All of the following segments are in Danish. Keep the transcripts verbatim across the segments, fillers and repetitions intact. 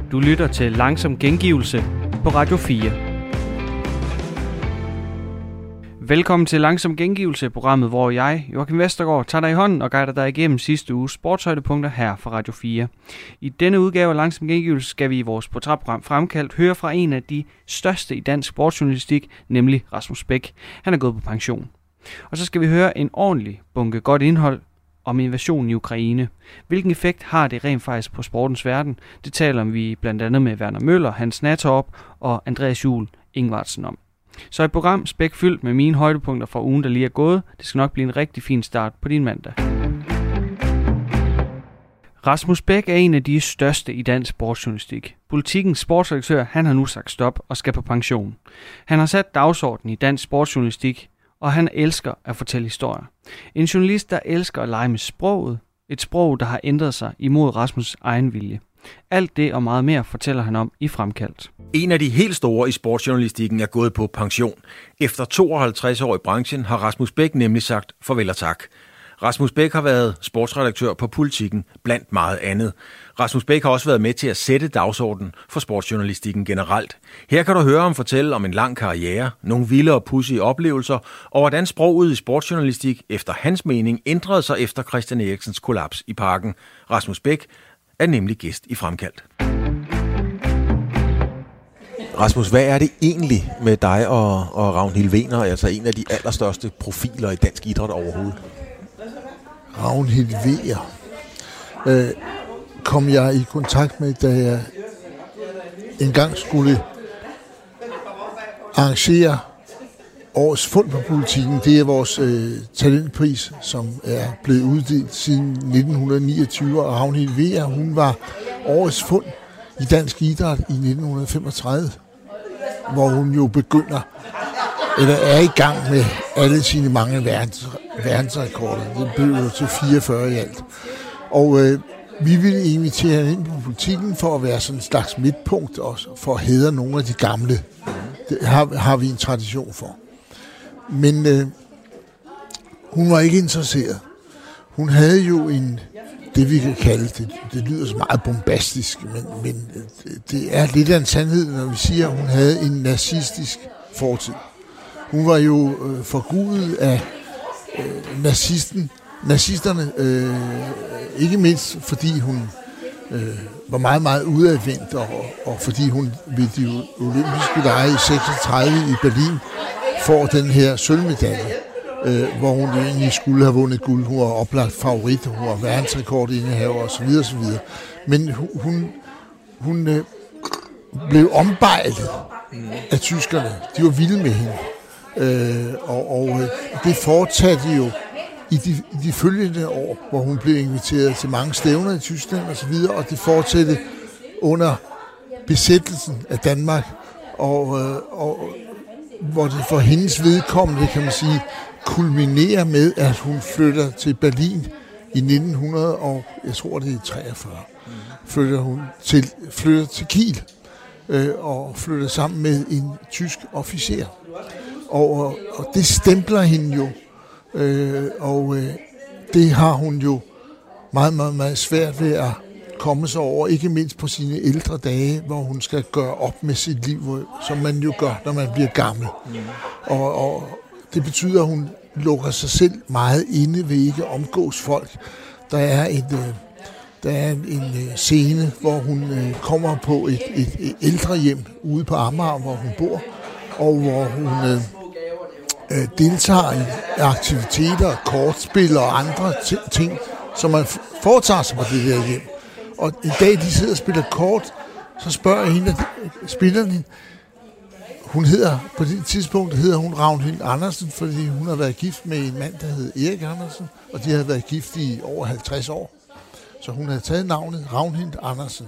Du lytter til Langsom Gengivelse på Radio fire. Velkommen til Langsom Gengivelse, programmet, hvor jeg, Joachim Vestergaard, tager dig i hånden og guider dig igennem sidste uges sportshøjdepunkter her fra Radio fire. I denne udgave af Langsom Gengivelse skal vi i vores portrætprogram Fremkaldt høre fra en af de største i dansk sportsjournalistik, nemlig Rasmus Beck. Han er gået på pension. Og så skal vi høre en ordentlig bunke godt indhold om invasionen i Ukraine. Hvilken effekt har det rent faktisk på sportens verden? Det taler vi blandt andet med Werner Møller, Hans Nattorp og Andreas Juhl Ingvartsen om. Så et program spæk fyldt med mine højdepunkter fra ugen, der lige er gået. Det skal nok blive en rigtig fin start på din mandag. Rasmus Beck er en af de største i dansk sportsjournalistik. Politikens sportsredaktør, han har nu sagt stop og skal på pension. Han har sat dagsordenen i dansk sportsjournalistik, og han elsker at fortælle historier. En journalist, der elsker at lege med sproget. Et sprog, der har ændret sig imod Rasmus' egen vilje. Alt det og meget mere fortæller han om i Fremkaldt. En af de helt store i sportsjournalistikken er gået på pension. Efter tooghalvtreds år i branchen har Rasmus Beck nemlig sagt farvel og tak. Rasmus Beck har været sportsredaktør på Politiken, blandt meget andet. Rasmus Beck har også været med til at sætte dagsordenen for sportsjournalistikken generelt. Her kan du høre ham fortælle om en lang karriere, nogle vilde og pudsige oplevelser, og hvordan sproget i sportsjournalistik efter hans mening ændrede sig efter Christian Eriksens kollaps i Parken. Rasmus Beck er nemlig gæst i Fremkaldt. Rasmus, hvad er det egentlig med dig og, og Ragnhild Hvener, altså en af de allerstørste profiler i dansk idræt overhovedet? Ragnhild Hvener øh, kom jeg i kontakt med, da jeg engang skulle arrangere årets fund på Politiken. Det er vores øh, talentpris, som er blevet uddelt siden nitten niogtyve, og Ragnhild Hvener, hun var årets fund i dansk idræt i nitten femogtredive, hvor hun jo begynder, eller er i gang med alle sine mange verdens, verdensrekorder. Det blev jo til fireogfyrre i alt. Og øh, vi ville invitere hende ind på Politiken for at være sådan en slags midtpunkt, og for at hædre nogle af de gamle. Det har, har vi en tradition for. Men øh, hun var ikke interesseret. Hun havde jo en, det vi kan kalde, det, det lyder så meget bombastisk, men, men det er lidt af en sandhed, når vi siger, at hun havde en nazistisk fortid. Hun var jo øh, forgudet af øh, nazisten, nazisterne, øh, ikke mindst fordi hun øh, var meget, meget udadvendt, og, og fordi hun ved de olympiske lege i seksogtredive i Berlin får den her sølvmedalje, øh, hvor hun egentlig skulle have vundet guld. Hun var oplagt favorit, hun var verdensrekordindehaver osv. osv. Men hun, hun øh, blev ombejlet af tyskerne. De var vilde med hende. Øh, og og øh, det fortsatte jo i de, de følgende år, hvor hun blev inviteret til mange stævner i Tyskland osv., og, og det fortsatte under besættelsen af Danmark, og, øh, og hvor det for hendes vedkommende, kan man sige, kulminerer med, at hun flytter til Berlin i nitten hundrede, og jeg tror det er treogfyrre, flytter hun til, flytter til Kiel, øh, og flytter sammen med en tysk officer. Og, og det stempler hende jo, øh, og øh, det har hun jo meget, meget, meget svært ved at komme sig over, ikke mindst på sine ældre dage, hvor hun skal gøre op med sit liv, som man jo gør, når man bliver gammel. Mm. Og, og det betyder, at hun lukker sig selv meget inde ved ikke omgås folk. Der er et, øh, der er en, en scene, hvor hun øh, kommer på et, et, et ældrehjem ude på Amager, hvor hun bor, og hvor hun øh, øh, deltager i aktiviteter, kortspil og andre t- ting, som man foretager sig på det der hjem. Og en dag, de sidder og spiller kort, så spørger jeg hende, spilleren hende, hun hedder, på det tidspunkt hedder hun Ragnhild Andersen, fordi hun har været gift med en mand, der hed Erik Andersen, og de havde været gift i over halvtreds år. Så hun havde taget navnet Ragnhild Andersen.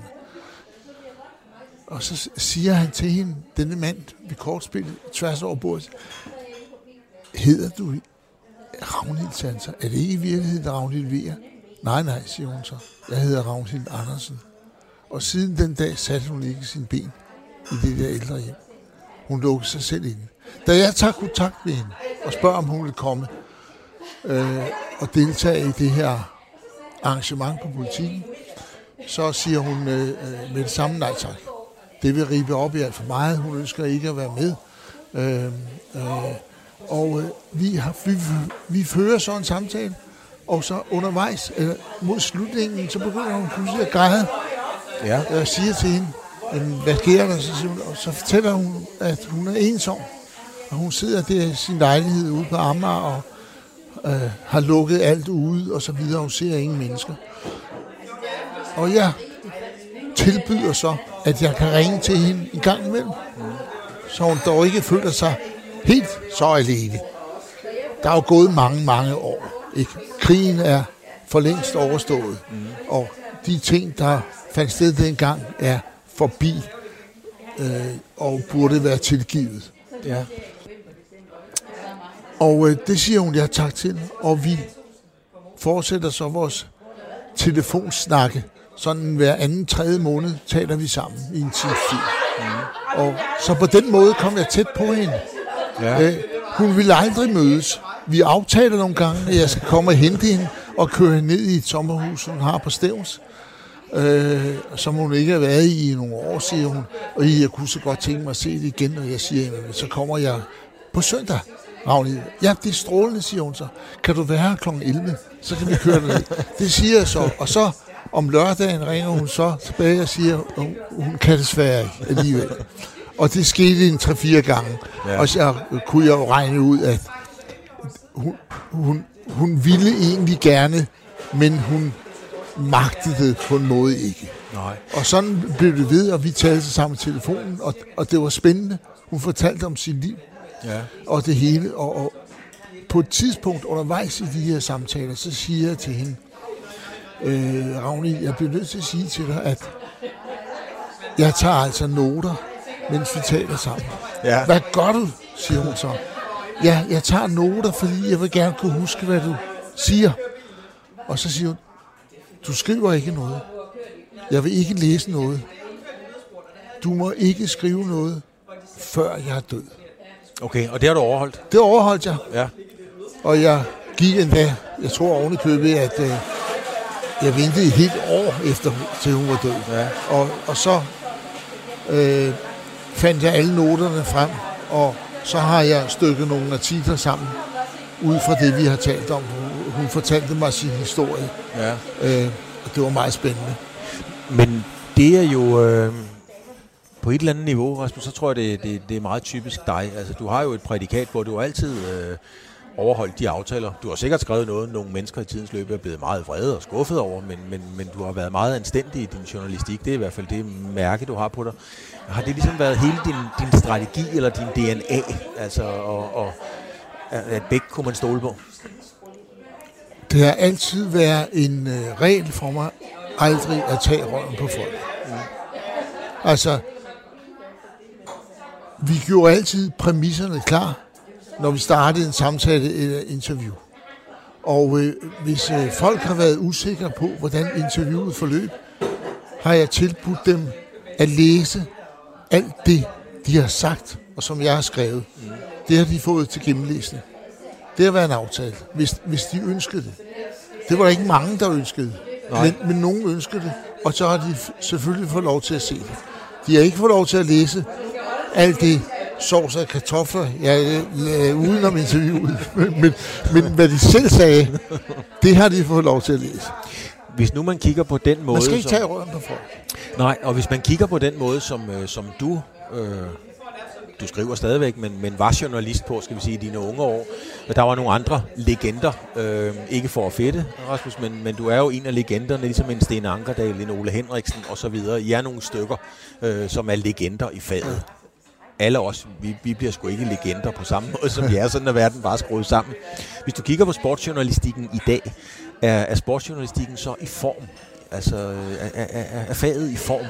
Og så siger han til hende, denne mand ved kortspillet, tværs over bordet, hedder du Ragnhild Sanser? Er det ikke i virkeligheden Ragnhild Hvener? Nej, nej, siger hun så. Jeg hedder Ragnhild Andersen. Og siden den dag satte hun ikke sin ben i det der ældre hjem. Hun lukkede sig selv ind. Da jeg tager kontakt med hende og spørger, om hun vil komme øh, og deltage i det her arrangement på Politiken, så siger hun øh, med det samme nej tak. Det vil ribe op i alt for meget. Hun ønsker ikke at være med. Øh, øh, og øh, vi, har, vi, vi fører så en samtale, og så undervejs, øh, mod slutningen, så begynder hun pludselig at græde. Ja. Jeg siger til hende, hvad sker der? Så, og så fortæller hun, at hun er ensom. Og hun sidder der i sin lejlighed ude på Amager og øh, har lukket alt ude og så videre. Hun ser ingen mennesker. Og jeg tilbyder så, at jeg kan ringe til hende en gang imellem. Så hun dog ikke føler sig helt så alene. Der er jo gået mange, mange år. Ikke? Krigen er for længst overstået. Mm. Og de ting, der fandt sted dengang, er forbi øh, og burde være tilgivet. Ja. Og øh, det siger hun ja tak til, og vi fortsætter så vores telefonsnakke. Sådan hver anden, tredje måned taler vi sammen i en tids tid. Mm. Og så på den måde kom jeg tæt på hende. Ja. Øh, hun ville aldrig mødes. Vi aftaler nogle gange, at jeg skal komme og hente hende og køre hende ned i et sommerhus, hun har på Stevns. Øh, som hun ikke har været i i nogle år, siger hun. Og jeg kunne så godt tænke mig at se det igen, og jeg siger, så kommer jeg på søndag. Ragnhild. Ja, det er strålende, siger hun så. Kan du være her klokken elleve? Så kan vi køre ned. Det siger jeg så. Og så om lørdagen ringer hun så tilbage og siger, at hun kan desværre ikke alligevel. Og det skete en tre-fire gange. Ja. Og så kunne jeg jo regne ud, at hun, hun, hun ville egentlig gerne, men hun magtede det på en måde ikke. Nej. Og sådan blev det ved, og vi talte sammen i telefonen, og, og det var spændende. Hun fortalte om sit liv. Ja. Og det hele, og, og på et tidspunkt undervejs i de her samtaler, så siger jeg til hende, øh, Ragnhild, jeg bliver nødt til at sige til dig, at jeg tager altså noter, mens vi taler sammen. Ja. Hvad gør du, siger hun så. Ja, jeg tager noter, fordi jeg vil gerne kunne huske, hvad du siger. Og så siger hun, du skriver ikke noget. Jeg vil ikke læse noget. Du må ikke skrive noget, før jeg er død. Okay, og det har du overholdt? Det overholdt jeg. Ja. Og jeg gik endda, jeg tror oven i købet, at øh, jeg ventede et helt år efter, til hun var død. Ja. Og, og så øh, fandt jeg alle noterne frem, og så har jeg stykket nogle artikler sammen, ud fra det, vi har talt om. Hun, hun fortalte mig sin historie. Ja. Øh, og det var meget spændende. Men det er jo... Øh På et eller andet niveau, Rasmus, så tror jeg, det, det, det er meget typisk dig. Altså, du har jo et prædikat, hvor du altid øh, overholdt de aftaler. Du har sikkert skrevet noget, nogle mennesker i tidens løb er blevet meget vrede og skuffet over, men, men, men du har været meget anstændig i din journalistik. Det er i hvert fald det mærke, du har på dig. Har det ligesom været hele din, din strategi eller din D N A? Altså, og, og, at begge kunne man stole på? Det har altid været en øh, regel for mig, aldrig at tage røven på folk. Mm. Altså, vi gjorde altid præmisserne klar, når vi startede en samtale eller interview. Og øh, hvis øh, folk har været usikre på, hvordan interviewet forløb, har jeg tilbudt dem at læse alt det, de har sagt, og som jeg har skrevet. Mm. Det har de fået til gennemlæsning. Det har været en aftale, hvis, hvis de ønskede det. Det var der ikke mange, der ønskede det, men, men nogen ønskede det, og så har de selvfølgelig fået lov til at se det. De har ikke fået lov til at læse alt det sovs og kartofler, jeg lavede udenom interviewet, men, men, men hvad de selv sagde, det har de fået lov til at læse. Hvis nu man kigger på den måde... Man skal ikke tage røven på folk. Nej, og hvis man kigger på den måde, som, øh, som du... Øh, du skriver stadigvæk, men, men var journalist på, skal vi sige, i dine unge år. Og der var nogle andre legender, øh, ikke for at fedte, Rasmus, men, men du er jo en af legenderne, ligesom en Sten Ankerdal, en Ole Henriksen og så videre. I er nogle stykker, øh, som er legender i faget. Alle os, vi, vi bliver sgu ikke legender på samme måde, som vi er, sådan at verden bare skruet sammen. Hvis du kigger på sportsjournalistikken i dag, er, er sportsjournalistikken så i form? Altså, er, er, er faget i form?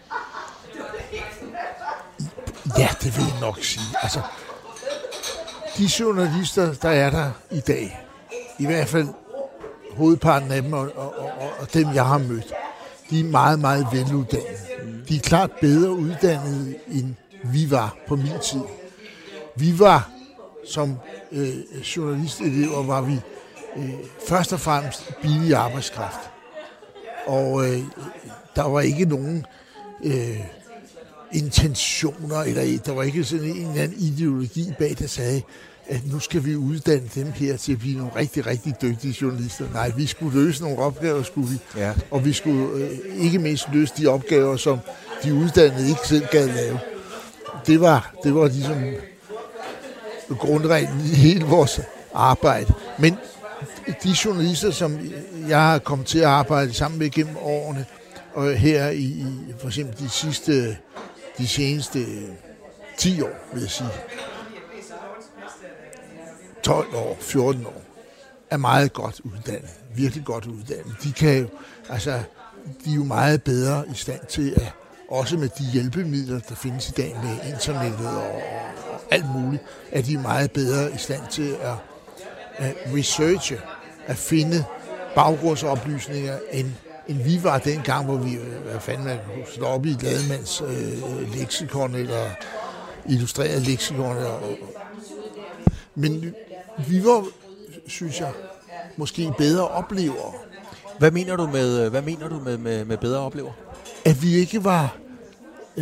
Ja, det vil jeg nok sige. Altså, de journalister, der er der i dag, i hvert fald hovedparten af dem, og, og, og, og dem, jeg har mødt, de er meget, meget veluddannede. De er klart bedre uddannede, end vi var på min tid. Vi var, som øh, journalistelever, var vi øh, først og fremmest billig arbejdskraft. og øh, der var ikke nogen øh, intentioner, eller der var ikke sådan en eller anden ideologi bag, der sagde, at nu skal vi uddanne dem her til at blive nogle rigtig, rigtig dygtige journalister. Nej, vi skulle løse nogle opgaver, skulle vi. Ja. Og vi skulle øh, ikke mindst løse de opgaver, som de uddannede ikke selv gad lave. Det var, det var ligesom grundreglen i hele vores arbejde. Men de journalister, som jeg har kommet til at arbejde sammen med gennem årene, og her i, i for eksempel de sidste, de seneste ti år, vil jeg sige, tolv år, fjorten år, er meget godt uddannet, virkelig godt uddannet. De kan jo, altså, de er jo meget bedre i stand til at, også med de hjælpemidler, der findes i dag med internettet og, og, og alt muligt, at de er meget bedre i stand til at, at researche, at finde baggrundsoplysninger, end, end vi var dengang, hvor vi, hvad fanden man kunne slå op i et lademands øh, leksikon, eller illustreret leksikon. Eller, men vi var, synes jeg, måske bedre oplevere. Hvad mener du med, hvad mener du med, med, med bedre oplever? At vi ikke var, øh,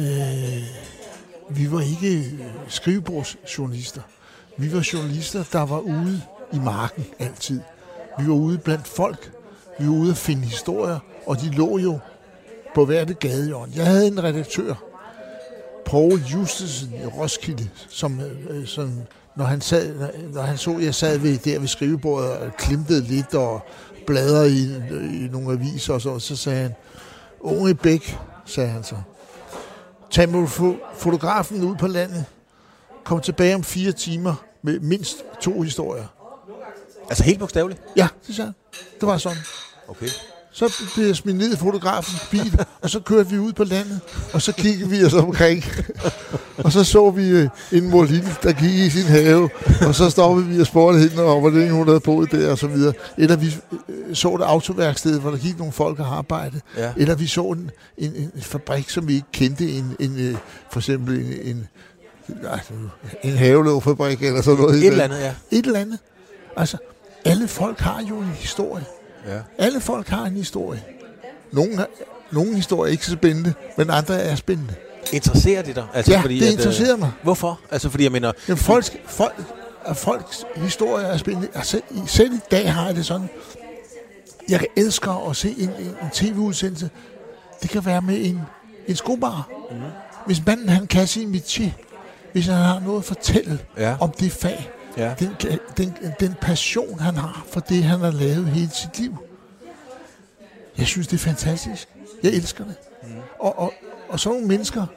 vi var ikke skrivebordsjournalister. Vi var journalister, der var ude i marken altid. Vi var ude blandt folk. Vi var ude at finde historier, og de lå jo på hvert gadehjørne. Jeg havde en redaktør, Poul Justesen i Roskilde, som, øh, som når han sad, når han så, jeg sad ved, der ved skrivebordet og klimtede lidt og bladrede i, i nogle aviser og så, så sagde han, unge Bæk, sagde han så, tag med fotografen ud på landet, kom tilbage om fire timer med mindst to historier. Altså helt bogstaveligt? Ja, det sagde han. Det var sådan. Okay. Så blev jeg smidt ned i fotografens bil, og så kørte vi ud på landet, og så kiggede vi os omkring. Og så så vi en mor Lille, der gik i sin have, og så stoppede vi og spurgte hende, og hvor længe hun havde boet der, og så videre. Eller vi så et autoværksted, hvor der gik nogle folk og arbejdede. Ja. Eller vi så en, en, en fabrik, som vi ikke kendte, en, en, for eksempel en, en, en havelågfabrik, eller sådan noget. Et eller andet, ja. Et eller andet. Altså, alle folk har jo en historie. Ja. Alle folk har en historie. Nogle, har, nogle historier er ikke så spændende, men andre er spændende. Interesserer det dig? Altså, ja, fordi, det at, interesserer øh, mig. Hvorfor? Altså, fordi jeg mener... Jamen, folks, folk, folks historier er spændende. Altså, selv i dag har jeg det sådan. Jeg elsker at se en, en, en tv-udsendelse. Det kan være med en, en skobar. Mm. Hvis manden, han kan sin métier, hvis han har noget at fortælle ja. om det fag, ja. den, den, den passion, han har for det, han har lavet hele sit liv. Jeg synes, det er fantastisk. Jeg elsker det. Mm. Og, og, og sådan nogle mennesker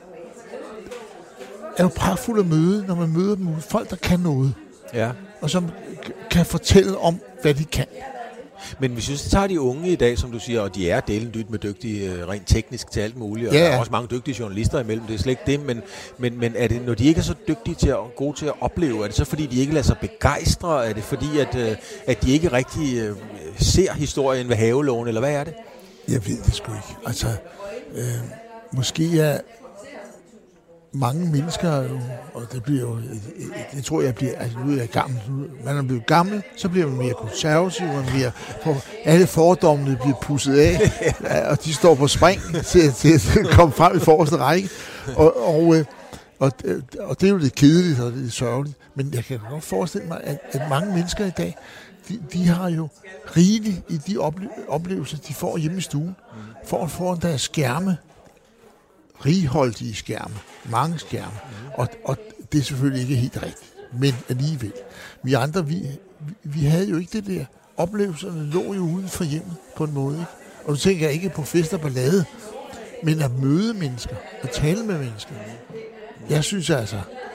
er jo pragtfulde at møde, når man møder dem. Folk, der kan noget. Ja. Og som kan fortælle om, hvad de kan. Men hvis vi tager de unge i dag, som du siger, og de er delen dybt med dygtige, rent teknisk til alt muligt, og ja. Der er også mange dygtige journalister imellem, det er slet ikke det, men, men, men er det, når de ikke er så dygtige til at, gode til at opleve, er det så fordi, de ikke lader sig begejstre? Er det fordi, at, at de ikke rigtig uh, ser historien ved havelågen, eller hvad er det? Jeg ved det sgu ikke. Altså, øh, måske er mange mennesker, og det bliver jo, det tror jeg bliver, altså nu er jeg gammel, man er blevet gammel, så bliver man mere konservativ, man bliver, for alle fordommene bliver pusset af, og de står på spring til, til at komme frem i forreste række, og, og, og, og det er jo lidt kedeligt, og det er sørgeligt, men jeg kan godt forestille mig, at, at mange mennesker i dag, de, de har jo rigeligt i de oplevelser, de får hjemme i stuen, for at få deres skærme, righoldige skærme, mange skærme, og, og det er selvfølgelig ikke helt rigtigt, men alligevel. Vi andre, vi, vi havde jo ikke det der. Oplevelserne lå jo uden for hjemmet på en måde, ikke? Og du tænker jeg ikke på fest og ballade, men at møde mennesker, at tale med mennesker. Jeg synes altså,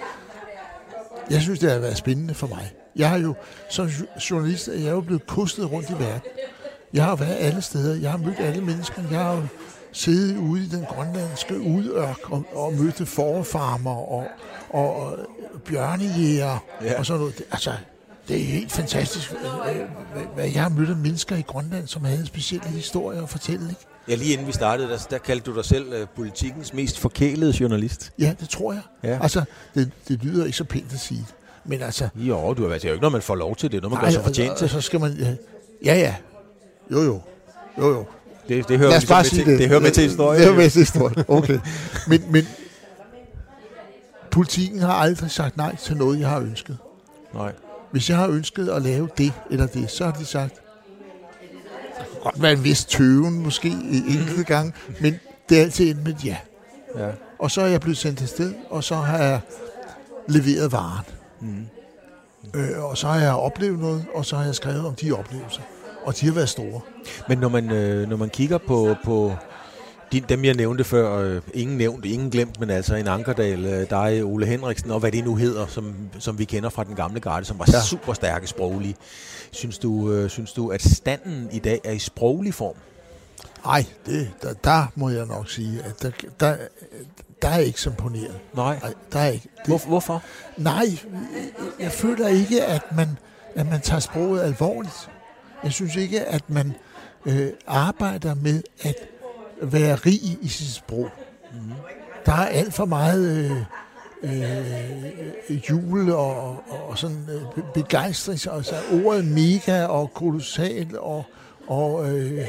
jeg synes det har været spændende for mig. Jeg har jo, som journalist, jeg er jo blevet kustet rundt i verden. Jeg har været alle steder, jeg har mødt alle mennesker, jeg har jo sidde ude i den grønlandske udørk og, og mødte fårefarmer og, og, og bjørnejæger ja. og sådan noget. Det, altså, det er helt fantastisk, hvad jeg har mødt af mennesker i Grønland, som havde specielle historier at fortælle, ikke? Ja, lige inden vi startede, der, der kaldte du dig selv uh, politikens mest forkælede journalist. Ja, det tror jeg. Ja. Altså, det, det lyder ikke så pænt at sige det. Men altså... Jo, du har været jo ikke, når man får lov til det, når man gør sig fortjent til. Så skal man... Ja, ja. Jo, jo. Jo, jo. Det, det hører, ligesom med, til, det. det hører med til historien. Det hører med til historien, okay. Men, men politikken har aldrig sagt nej til noget, jeg har ønsket. Nej. Hvis jeg har ønsket at lave det eller det, så har de sagt, der kan godt være en vis tøven, måske enkelte gange, men det er altid endt med et ja. ja. Og så er jeg blevet sendt afsted, og så har jeg leveret varen. Mm. Øh, og så har jeg oplevet noget, og så har jeg skrevet om de oplevelser. Og de har været store. Men når man, øh, når man kigger på, på de, dem, jeg nævnte før, øh, ingen nævnt, ingen glemt, men altså en Ankerdal, øh, dig, Ole Henriksen, og hvad det nu hedder, som, som vi kender fra den gamle garde, som var ja. super stærke sproglige. Synes du, øh, synes du, at standen i dag er i sproglig form? Nej, det, der, der må jeg nok sige, at der, der, der er ikke så imponeret. Nej. Nej, der er ikke. Det, Hvor, hvorfor? Nej, jeg føler ikke, at man, at man tager sproget alvorligt. Jeg synes ikke, at man øh, arbejder med at være rig i sit sprog. Mm-hmm. Der er alt for meget øh, øh, jubel og, og, og sådan øh, begejstring. Altså ordet mega og kolossal og, og, øh,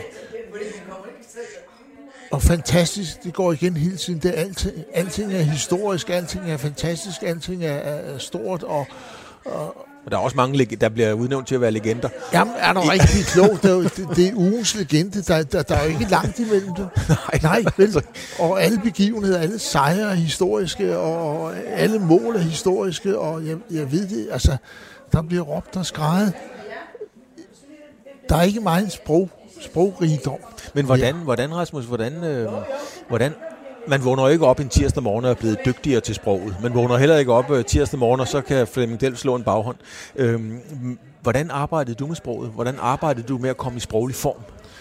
og fantastisk. Det går igen hele tiden. Det er alting, alting er historisk, alting er fantastisk, alting er, er stort og, og Og der er også mange, der bliver udnævnt til at være legender. Jamen, er du rigtig klog? Det er, det, det er ugens legende. Der, der, der er jo ikke langt imellem det. Nej, Nej, vel? Og alle begivenheder, alle sejre er historiske, og alle mål er historiske, og jeg, jeg ved det, altså, der bliver råbt og skreget. Der er ikke meget sprog, sprogrigdom. Men hvordan, hvordan Rasmus, hvordan, øh, hvordan man vågner jo ikke op en tirsdag morgen og er blevet dygtigere til sproget. Man vågner heller ikke op uh, tirsdag morgen, og så kan Flemming Del slå en baghånd. Øhm, hvordan arbejdede du med sproget? Hvordan arbejdede du med at komme i sproglig form?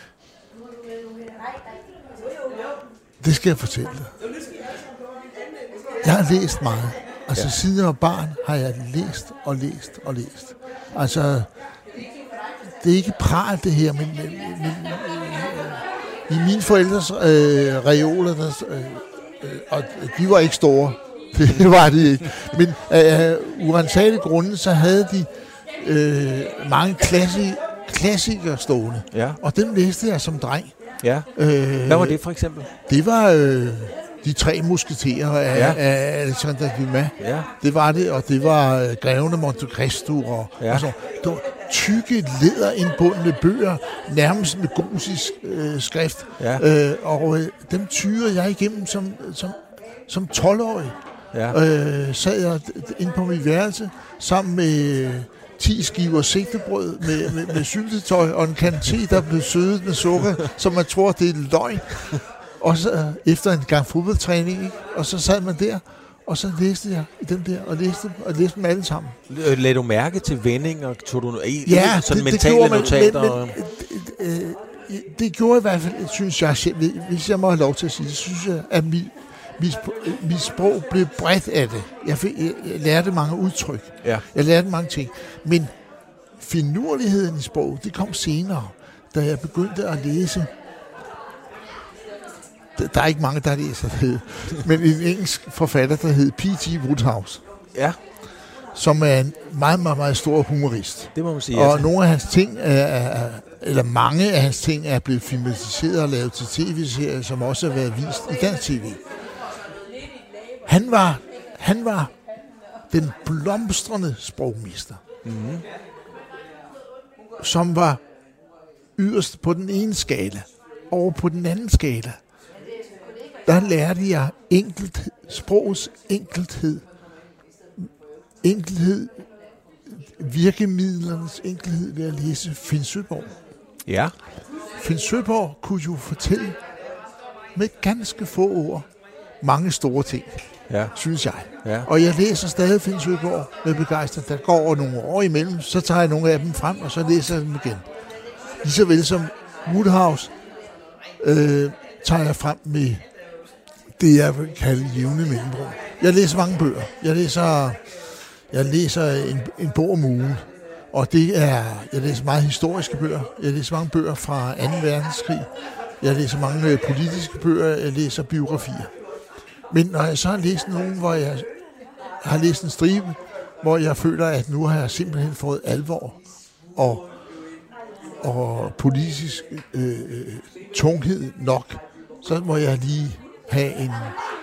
Det skal jeg fortælle dig. Jeg har læst meget. Altså ja. Siden jeg var barn har jeg læst og læst og læst. Altså, det er ikke pral det her, men, men, men i mine forældres øh, reoler, der, øh, øh, og de var ikke store, det var de ikke, men af øh, urensagelige grunde, så havde de øh, mange klassi- klassikere stående, ja. Og dem læste jeg som dreng. Ja. Øh, Hvad var det for eksempel? Det var øh, De Tre Musketerer af, ja. af Alexander Dumas. Ja. Det var det, og det var øh, Greven af Monte Cristo, og, ja. og så. Det var tykke, læderindbundne bøger, nærmest med gosisk øh, skrift. Ja. Øh, og øh, dem tyrede jeg igennem som, som, som tolv-årig. Ja. Øh, sad jeg inde på mit værelse sammen med ti skiver sigtebrød med, med, med syltetøj og en kan te, der blev sødet med sukker, så man tror, det er løgn. Og så efter en gang fodboldtræning, ikke? Og så sad man der, og så læste jeg dem der, og læste, og læste dem alle sammen. Lagde du mærke til vendinger? Tog du i, ja, sådan det, mentale det notater? Men, men, øh, øh, det gjorde i hvert fald, synes jeg, hvis jeg må have lov til at sige det, synes jeg, at mit, mit, mit sprog blev bredt af det. Jeg, fik, jeg, jeg lærte mange udtryk. Ja. Jeg lærte mange ting. Men finurligheden i sprog, det kom senere, da jeg begyndte at læse. Der er ikke mange, der læser det, men en engelsk forfatter, der hed P G Wodehouse. Ja. Som er en meget, meget, meget stor humorist. Det må man sige. Og altså. nogle af hans ting, er, er, eller mange af hans ting, er blevet filmatiseret og lavet til tv-serier, som også har været vist i dansk tv. Han var, han var den blomstrende sprogmester, mm-hmm. som var yderst på den ene skala, over på den anden skala. Der lærte jeg enkelthed, sprogets enkelthed, enkelthed, virkemidlernes enkelthed ved at læse Finn Søeborg. Ja. Finn Søeborg kunne jo fortælle med ganske få ord mange store ting, ja. Synes jeg. Ja. Og jeg læser stadig Finn Søeborg med begejstring. Der går over nogle år imellem, så tager jeg nogle af dem frem, og så læser jeg dem igen. Ligeså vel som Wodehouse øh, tager jeg frem med det, jeg vil kalde jævne mellemrum. Jeg læser mange bøger. Jeg læser, jeg læser en, en bog om ugen, og det er, jeg læser meget historiske bøger. Jeg læser mange bøger fra anden verdenskrig. Jeg læser mange politiske bøger. Jeg læser biografier. Men når jeg så har læst nogen, hvor jeg har læst en stribe, hvor jeg føler, at nu har jeg simpelthen fået alvor og, og politisk øh, tunghed nok, så må jeg lige have en,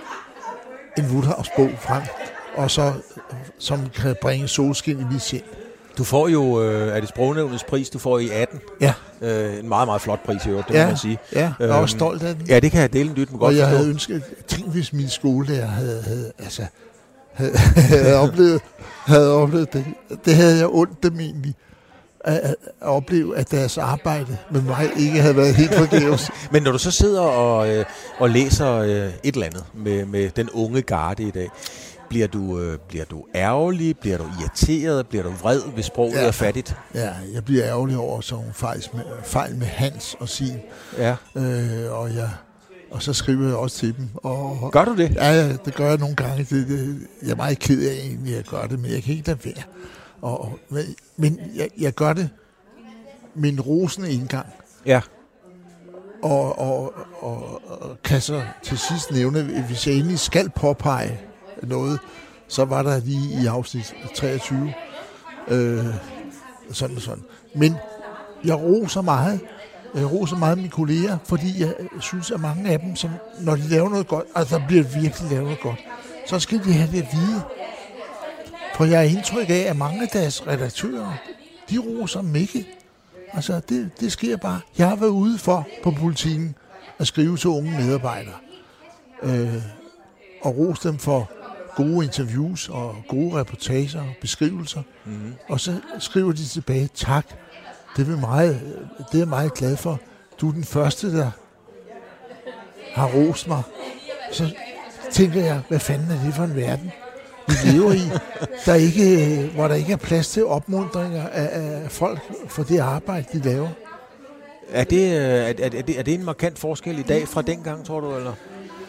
en Woodhouse-bog frem, og så, som kan bringe solskin i mit sind. Du får jo, øh, er det Sprognævnets pris, du får i atten? Ja. Øh, en meget, meget flot pris i øvrigt, det ja, må man sige. Ja, jeg er også stolt af den. Ja, det kan jeg dele en dyt med godt Og jeg forstå. havde ønsket, tænk hvis min skolelærer havde, havde, altså, havde, havde, oplevet, havde oplevet det. Det havde jeg ondt dem egentlig. At, at opleve, at deres arbejde med mig ikke havde været helt forgæves. Men når du så sidder og, øh, og læser øh, et eller andet med, med den unge garde i dag, bliver du, øh, bliver du ærgerlig, bliver du irriteret, bliver du vred, hvis sproget ja. er fattigt? Ja, jeg bliver ærgerlig over sådan nogle fejl med, fejl med Hans og sin. Ja. Øh, og, jeg, og så skriver jeg også til dem. Og, gør du det? Ja, det gør jeg nogle gange. Det, det, jeg er meget ked af egentlig, at jeg gør det, men jeg kan ikke lade være. Og, men men jeg, jeg gør det med en rosende indgang. Ja. Og, og, og, og kan så til sidst nævne, hvis jeg endelig skal påpege noget, så var der lige i afsnit treogtyve. Øh, sådan og sådan. Men jeg roser meget. Jeg roser meget mine kolleger, fordi jeg synes, at mange af dem, som, når de laver noget godt, altså der bliver virkelig lavet noget godt, så skal de have det at vide. For jeg har indtryk af, at mange af deres redaktører, de roser dem ikke. Altså, det, det sker bare. Jeg har været ude for på Politiken at skrive til unge medarbejdere. Øh, og rose dem for gode interviews og gode reportager og beskrivelser. Mm-hmm. Og så skriver de tilbage, tak, det er, meget, det er jeg meget glad for. Du er den første, der har rost mig. Så tænker jeg, hvad fanden er det for en verden, vi lever i, der ikke, hvor der ikke er plads til opmuntringer af, af folk for det arbejde, de laver. Er det, er, er, det, er det en markant forskel i dag fra dengang, tror du, eller?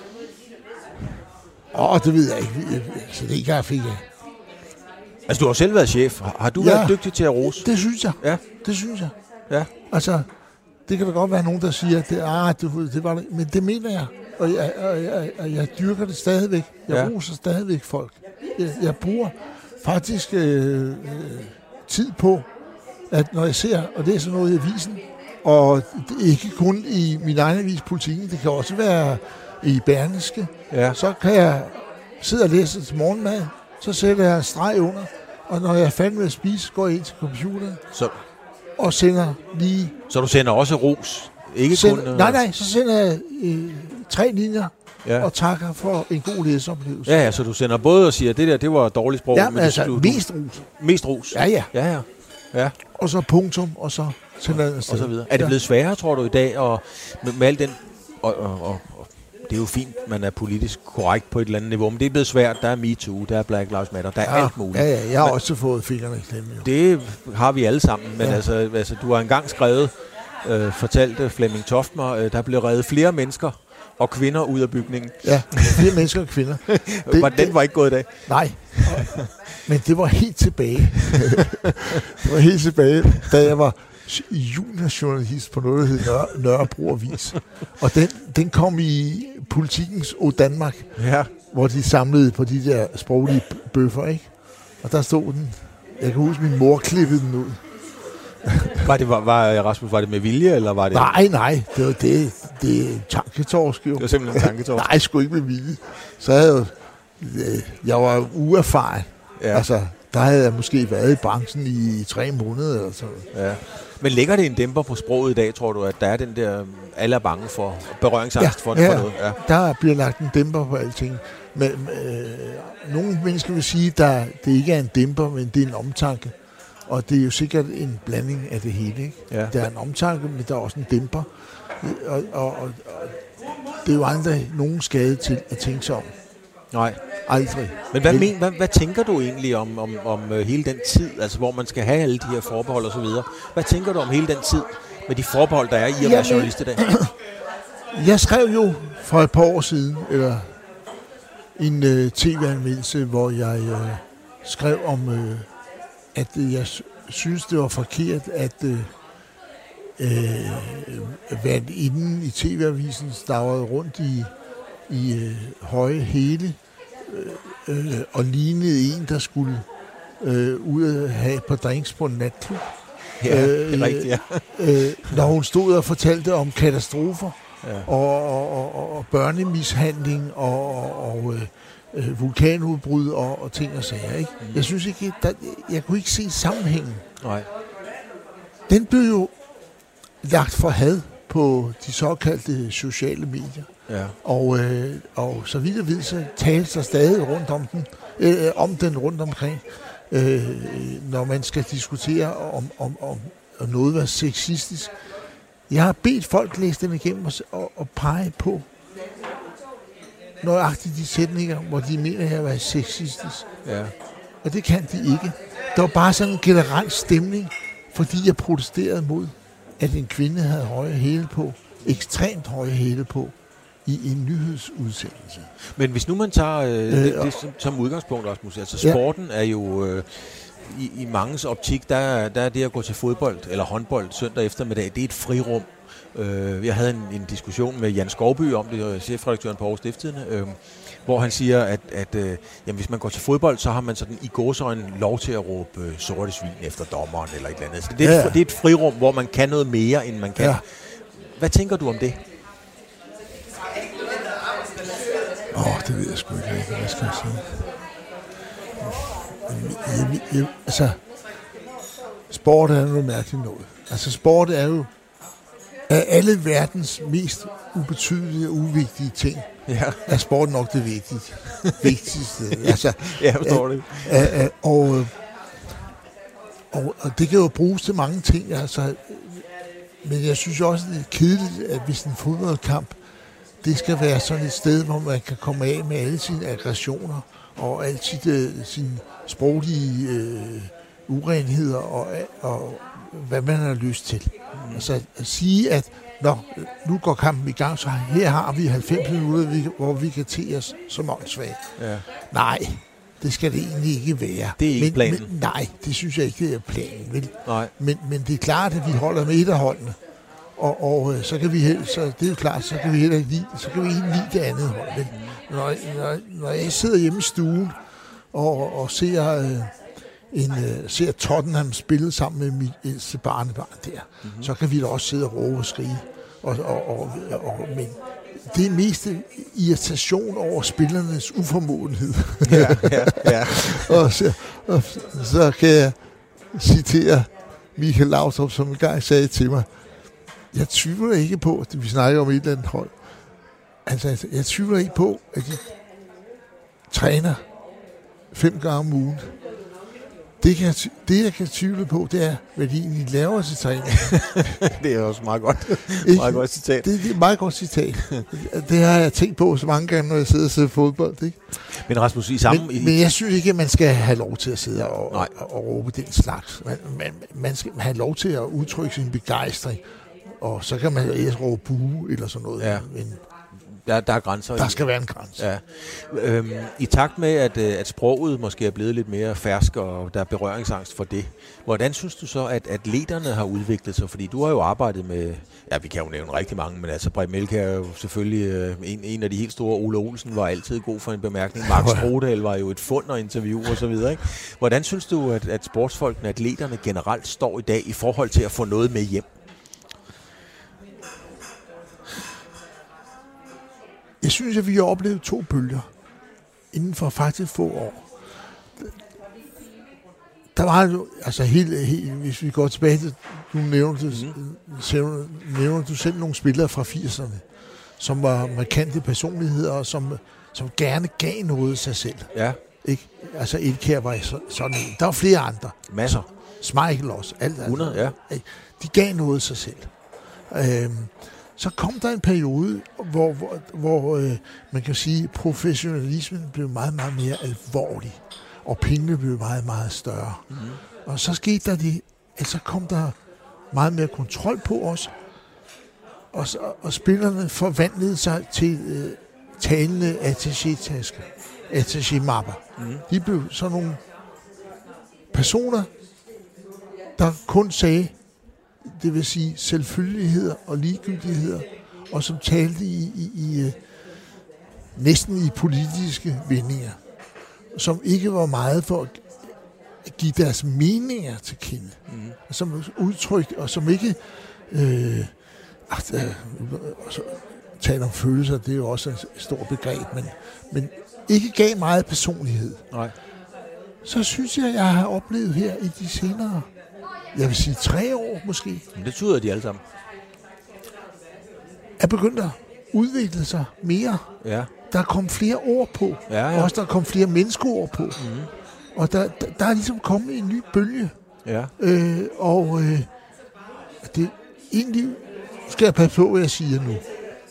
Åh, det ved jeg ikke. Så det ikke fik jeg. Altså, du har selv været chef. Har du ja, været dygtig til at rose? Det synes jeg. Ja. Det synes jeg. Ja. Altså, det kan da godt være nogen, der siger, at det, ah, det, det var det. Men det mener jeg. Og jeg, og jeg, og jeg dyrker det stadigvæk. Jeg ja. roser stadigvæk folk. Jeg, jeg bruger faktisk øh, øh, tid på, at når jeg ser, og det er sådan noget i avisen, og ikke kun i min egen avis Politiken, det kan også være i Berlingske, ja. Så kan jeg sidde og læse til morgenmad, så sætter jeg en streg under, og når jeg er færdig med at spise, går jeg ind til computeren så. og sender lige... Så du sender også ros? Ikke sender, kun... Nej, nej, så sender jeg øh, tre linjer, ja. og takker for en god læseoplevelse. Ja, ja, så du sender både og siger, at det der, det var dårligt sprog. Ja, men altså du, mest ros. Mest ros? Ja, ja. Ja, ja. ja. Og så punktum, og så sender jeg og så videre. Er det blevet sværere, tror du, i dag, og med, med al den... Og, og, og, og det er jo fint, man er politisk korrekt på et eller andet niveau, men det er blevet svært. Der er MeToo, der er Black Lives Matter, der er ja, alt muligt. Ja, ja, jeg har men, også fået fingrene i klemme. Det har vi alle sammen, men ja. altså, altså, du har engang skrevet, øh, fortalte Flemming Toft mig, øh, der blev reddet flere mennesker og kvinder ud af bygningen. Ja, flere mennesker og kvinder. Det, var, den det, var ikke gået i dag. Nej, men det var helt tilbage. Det var helt tilbage, da jeg var juniorjournalist på noget, der hed Nør- Nørrebro Avis. Og den, den kom i Politikens O Danmark, ja. hvor de samlede på de der sproglige bøffer, ikke? Og der stod den. Jeg kan huske, min mor klippede den ud. var det, var, var, Rasmus, var det med vilje, eller var det... Nej, nej, det var det. Det er tanketorsk, jo. Det var simpelthen tanketorsk. Nej, sgu ikke med vilje. Så havde jeg jo... Jeg var uerfaren. Ja. Altså, der havde jeg måske været i branchen i tre måneder eller sådan. Ja. Men lægger det en dæmper på sproget i dag, tror du, at der er den der, alle er bange for berøringsangst ja, for, ja, for noget? Ja, der bliver lagt en dæmper på alting. Men øh, nogle mennesker vil sige, at det ikke er en dæmper, men det er en omtanke. Og det er jo sikkert en blanding af det hele, ikke? Ja. Der er en omtanke, men der er også en dæmper. Og, og, og, og det er jo aldrig nogen skade til at tænke sig om. Nej. Aldrig. Men hvad, men, hvad, hvad tænker du egentlig om, om, om uh, hele den tid, altså hvor man skal have alle de her forbehold og så videre? Hvad tænker du om hele den tid med de forbehold, der er i at være journalist i dag? Jeg skrev jo for et par år siden, eller en uh, tv-anmeldelse, hvor jeg uh, skrev om, uh, at uh, jeg synes, det var forkert, at uh, uh, været inde i tv-avisen stavrede rundt i, i uh, høje hæle, Øh, og lignede en, der skulle øh, ud og have et par drinks på en natklub. Ja, det er rigtigt, ja. øh, når hun stod og fortalte om katastrofer, ja. og, og, og, og børnemishandling, og, og, og øh, vulkanudbrud, og, og ting og sager, ikke? Mm. Jeg synes ikke, der, jeg kunne ikke se sammenhængen. Nej. Den blev jo lagt for had på de såkaldte sociale medier. Ja. Og, øh, og så vidt jeg ved, så tales der stadig rundt om den, øh, om den rundt omkring, øh, når man skal diskutere om, om, om, om noget var sexistisk. Jeg har bedt folk læse den igennem og, og, og pege på nøjagtigt de sætninger, hvor de mener, at jeg var sexistisk. Ja. Og det kan de ikke. Der var bare sådan en generel stemning, fordi jeg protesterede mod, at en kvinde havde høje hæle på, ekstremt høje hæle på, i en nyhedsudsendelse. Men hvis nu man tager øh, øh, det, det som, som udgangspunkt, Rasmus, altså sporten ja. er jo øh, i, i manges optik, der, der er det at gå til fodbold eller håndbold søndag eftermiddag, det er et frirum. Øh, jeg havde en, en diskussion med Jan Skovby om det, chefredaktøren på Aarhus Stiftstidende, øh, hvor han siger, at, at øh, jamen, hvis man går til fodbold, så har man sådan i gåseøjne lov til at råbe øh, sorte svin efter dommeren eller et eller andet. Så det, er et, ja. det er et frirum, hvor man kan noget mere, end man kan. Ja. Hvad tænker du om det? Åh, oh, det ved jeg sgu ikke, hvad skal jeg sige. Jeg, jeg, jeg, altså, sport er noget mærkeligt noget. Altså, sport er jo af alle verdens mest ubetydelige og uvigtige ting. Ja. Er sport nok det vigtigste. vigtigste. Altså, jeg forstår det. Øh, øh, og, og, og det kan jo bruges til mange ting. Altså, men jeg synes også, det er kedeligt, at hvis en fodboldkamp, det skal være sådan et sted, hvor man kan komme af med alle sine aggressioner og alle sine, sine sproglige øh, urenheder og, og hvad man har lyst til. Mm. Altså at sige, at når nu går kampen i gang, så her har vi halvfems minutter, hvor vi kan te os som åndssvagt. Ja. Nej, det skal det egentlig ikke være. Det er ikke men, planen? Men, nej, det synes jeg ikke, det er planen. Vel? Nej. Men, men det er klart, at vi holder med et af holdene. Og, og så kan vi heller, så det er jo klart, så kan vi heller ikke lide, så kan vi ikke lide det andet hold. Men når, når, når jeg sidder hjemme i stuen og, og ser, øh, en, øh, ser Tottenham spille sammen med mit ældste barnebarn der, mm-hmm. så kan vi da også sidde og råbe og skrige. Og, og, og, og, men det er mest irritation over spillernes uformåenhed. Ja, ja, ja. og, så, og så kan jeg citere Michael Laudrup, som engang sagde til mig, jeg tvivler ikke på, at vi snakker om et eller andet hold. Altså, jeg tvivler ikke på, at de træner fem gange om ugen. Det, kan jeg, det, jeg kan tvivle på, det er, hvad de egentlig laver til træning. Det er også meget godt. meget godt citat. Det, det er et meget godt citat. Det har jeg tænkt på så mange gange, når jeg sidder og ser fodbold. Ikke? Men Rasmus, i samme... Men, men jeg synes ikke, at man skal have lov til at sidde og, og, og, og råbe den slags. Man, man, man skal have lov til at udtrykke sin begejstring. Og så kan man jo ellers råbe bue eller sådan noget. Ja. Men der, der er grænser. Der skal være en grænse. Ja. Øhm, I takt med, at, at sproget måske er blevet lidt mere fersk, og der er berøringsangst for det. Hvordan synes du så, at atleterne har udviklet sig? Fordi du har jo arbejdet med, ja, vi kan jo nævne rigtig mange, men altså Brede Melke er jo selvfølgelig øh, en, en af de helt store. Ole Olsen var altid god for en bemærkning. Mark Strodal var jo et fund og interview og så videre. Ikke? Hvordan synes du, at, at sportsfolkene, atleterne generelt står i dag i forhold til at få noget med hjem? Jeg synes, at vi har oplevet to bølger inden for faktisk få år. Der var jo, altså helt, helt hvis vi går tilbage til, du nævner, mm. nævner du selv nogle spillere fra firserne, som var markante personligheder, og som, som gerne gav noget af sig selv. Ja. Ikke? Altså Elkjær var sådan en. Der var flere andre. Masser. Schmeichel også. Alt, hundrede, ja. De gav noget af sig selv. Øhm, Så kom der en periode, hvor, hvor, hvor øh, man kan sige, professionalismen blev meget, meget mere alvorlig, og pengene blev meget, meget større. Mm-hmm. Og så skete der det, at så kom der meget mere kontrol på os, og, så, og spillerne forvandlede sig til øh, talende attaché-tasker, attaché-mapper. Mm-hmm. De blev sådan nogle personer, der kun sagde, det vil sige selvfølgeligheder og ligegyldigheder, og som talte i, i, i uh, næsten i politiske vendinger, som ikke var meget for give deres meninger til kende, mm. som udtryk, og som ikke øh, at, øh, taler om følelser, det er jo også et stort begreb, men, men ikke gav meget personlighed. Nej. Så synes jeg, jeg har oplevet her i de senere, jeg vil sige tre år måske. Men det tyder de alle sammen. Er begyndt at udvikle sig mere. Ja. Der kom flere ord på. Ja, ja. Også der kom flere menneskeord på. Mm. Og der, der, der er ligesom kommet en ny bølge. Ja. Øh, og øh, det egentlig skal jeg passe på, hvad jeg siger nu.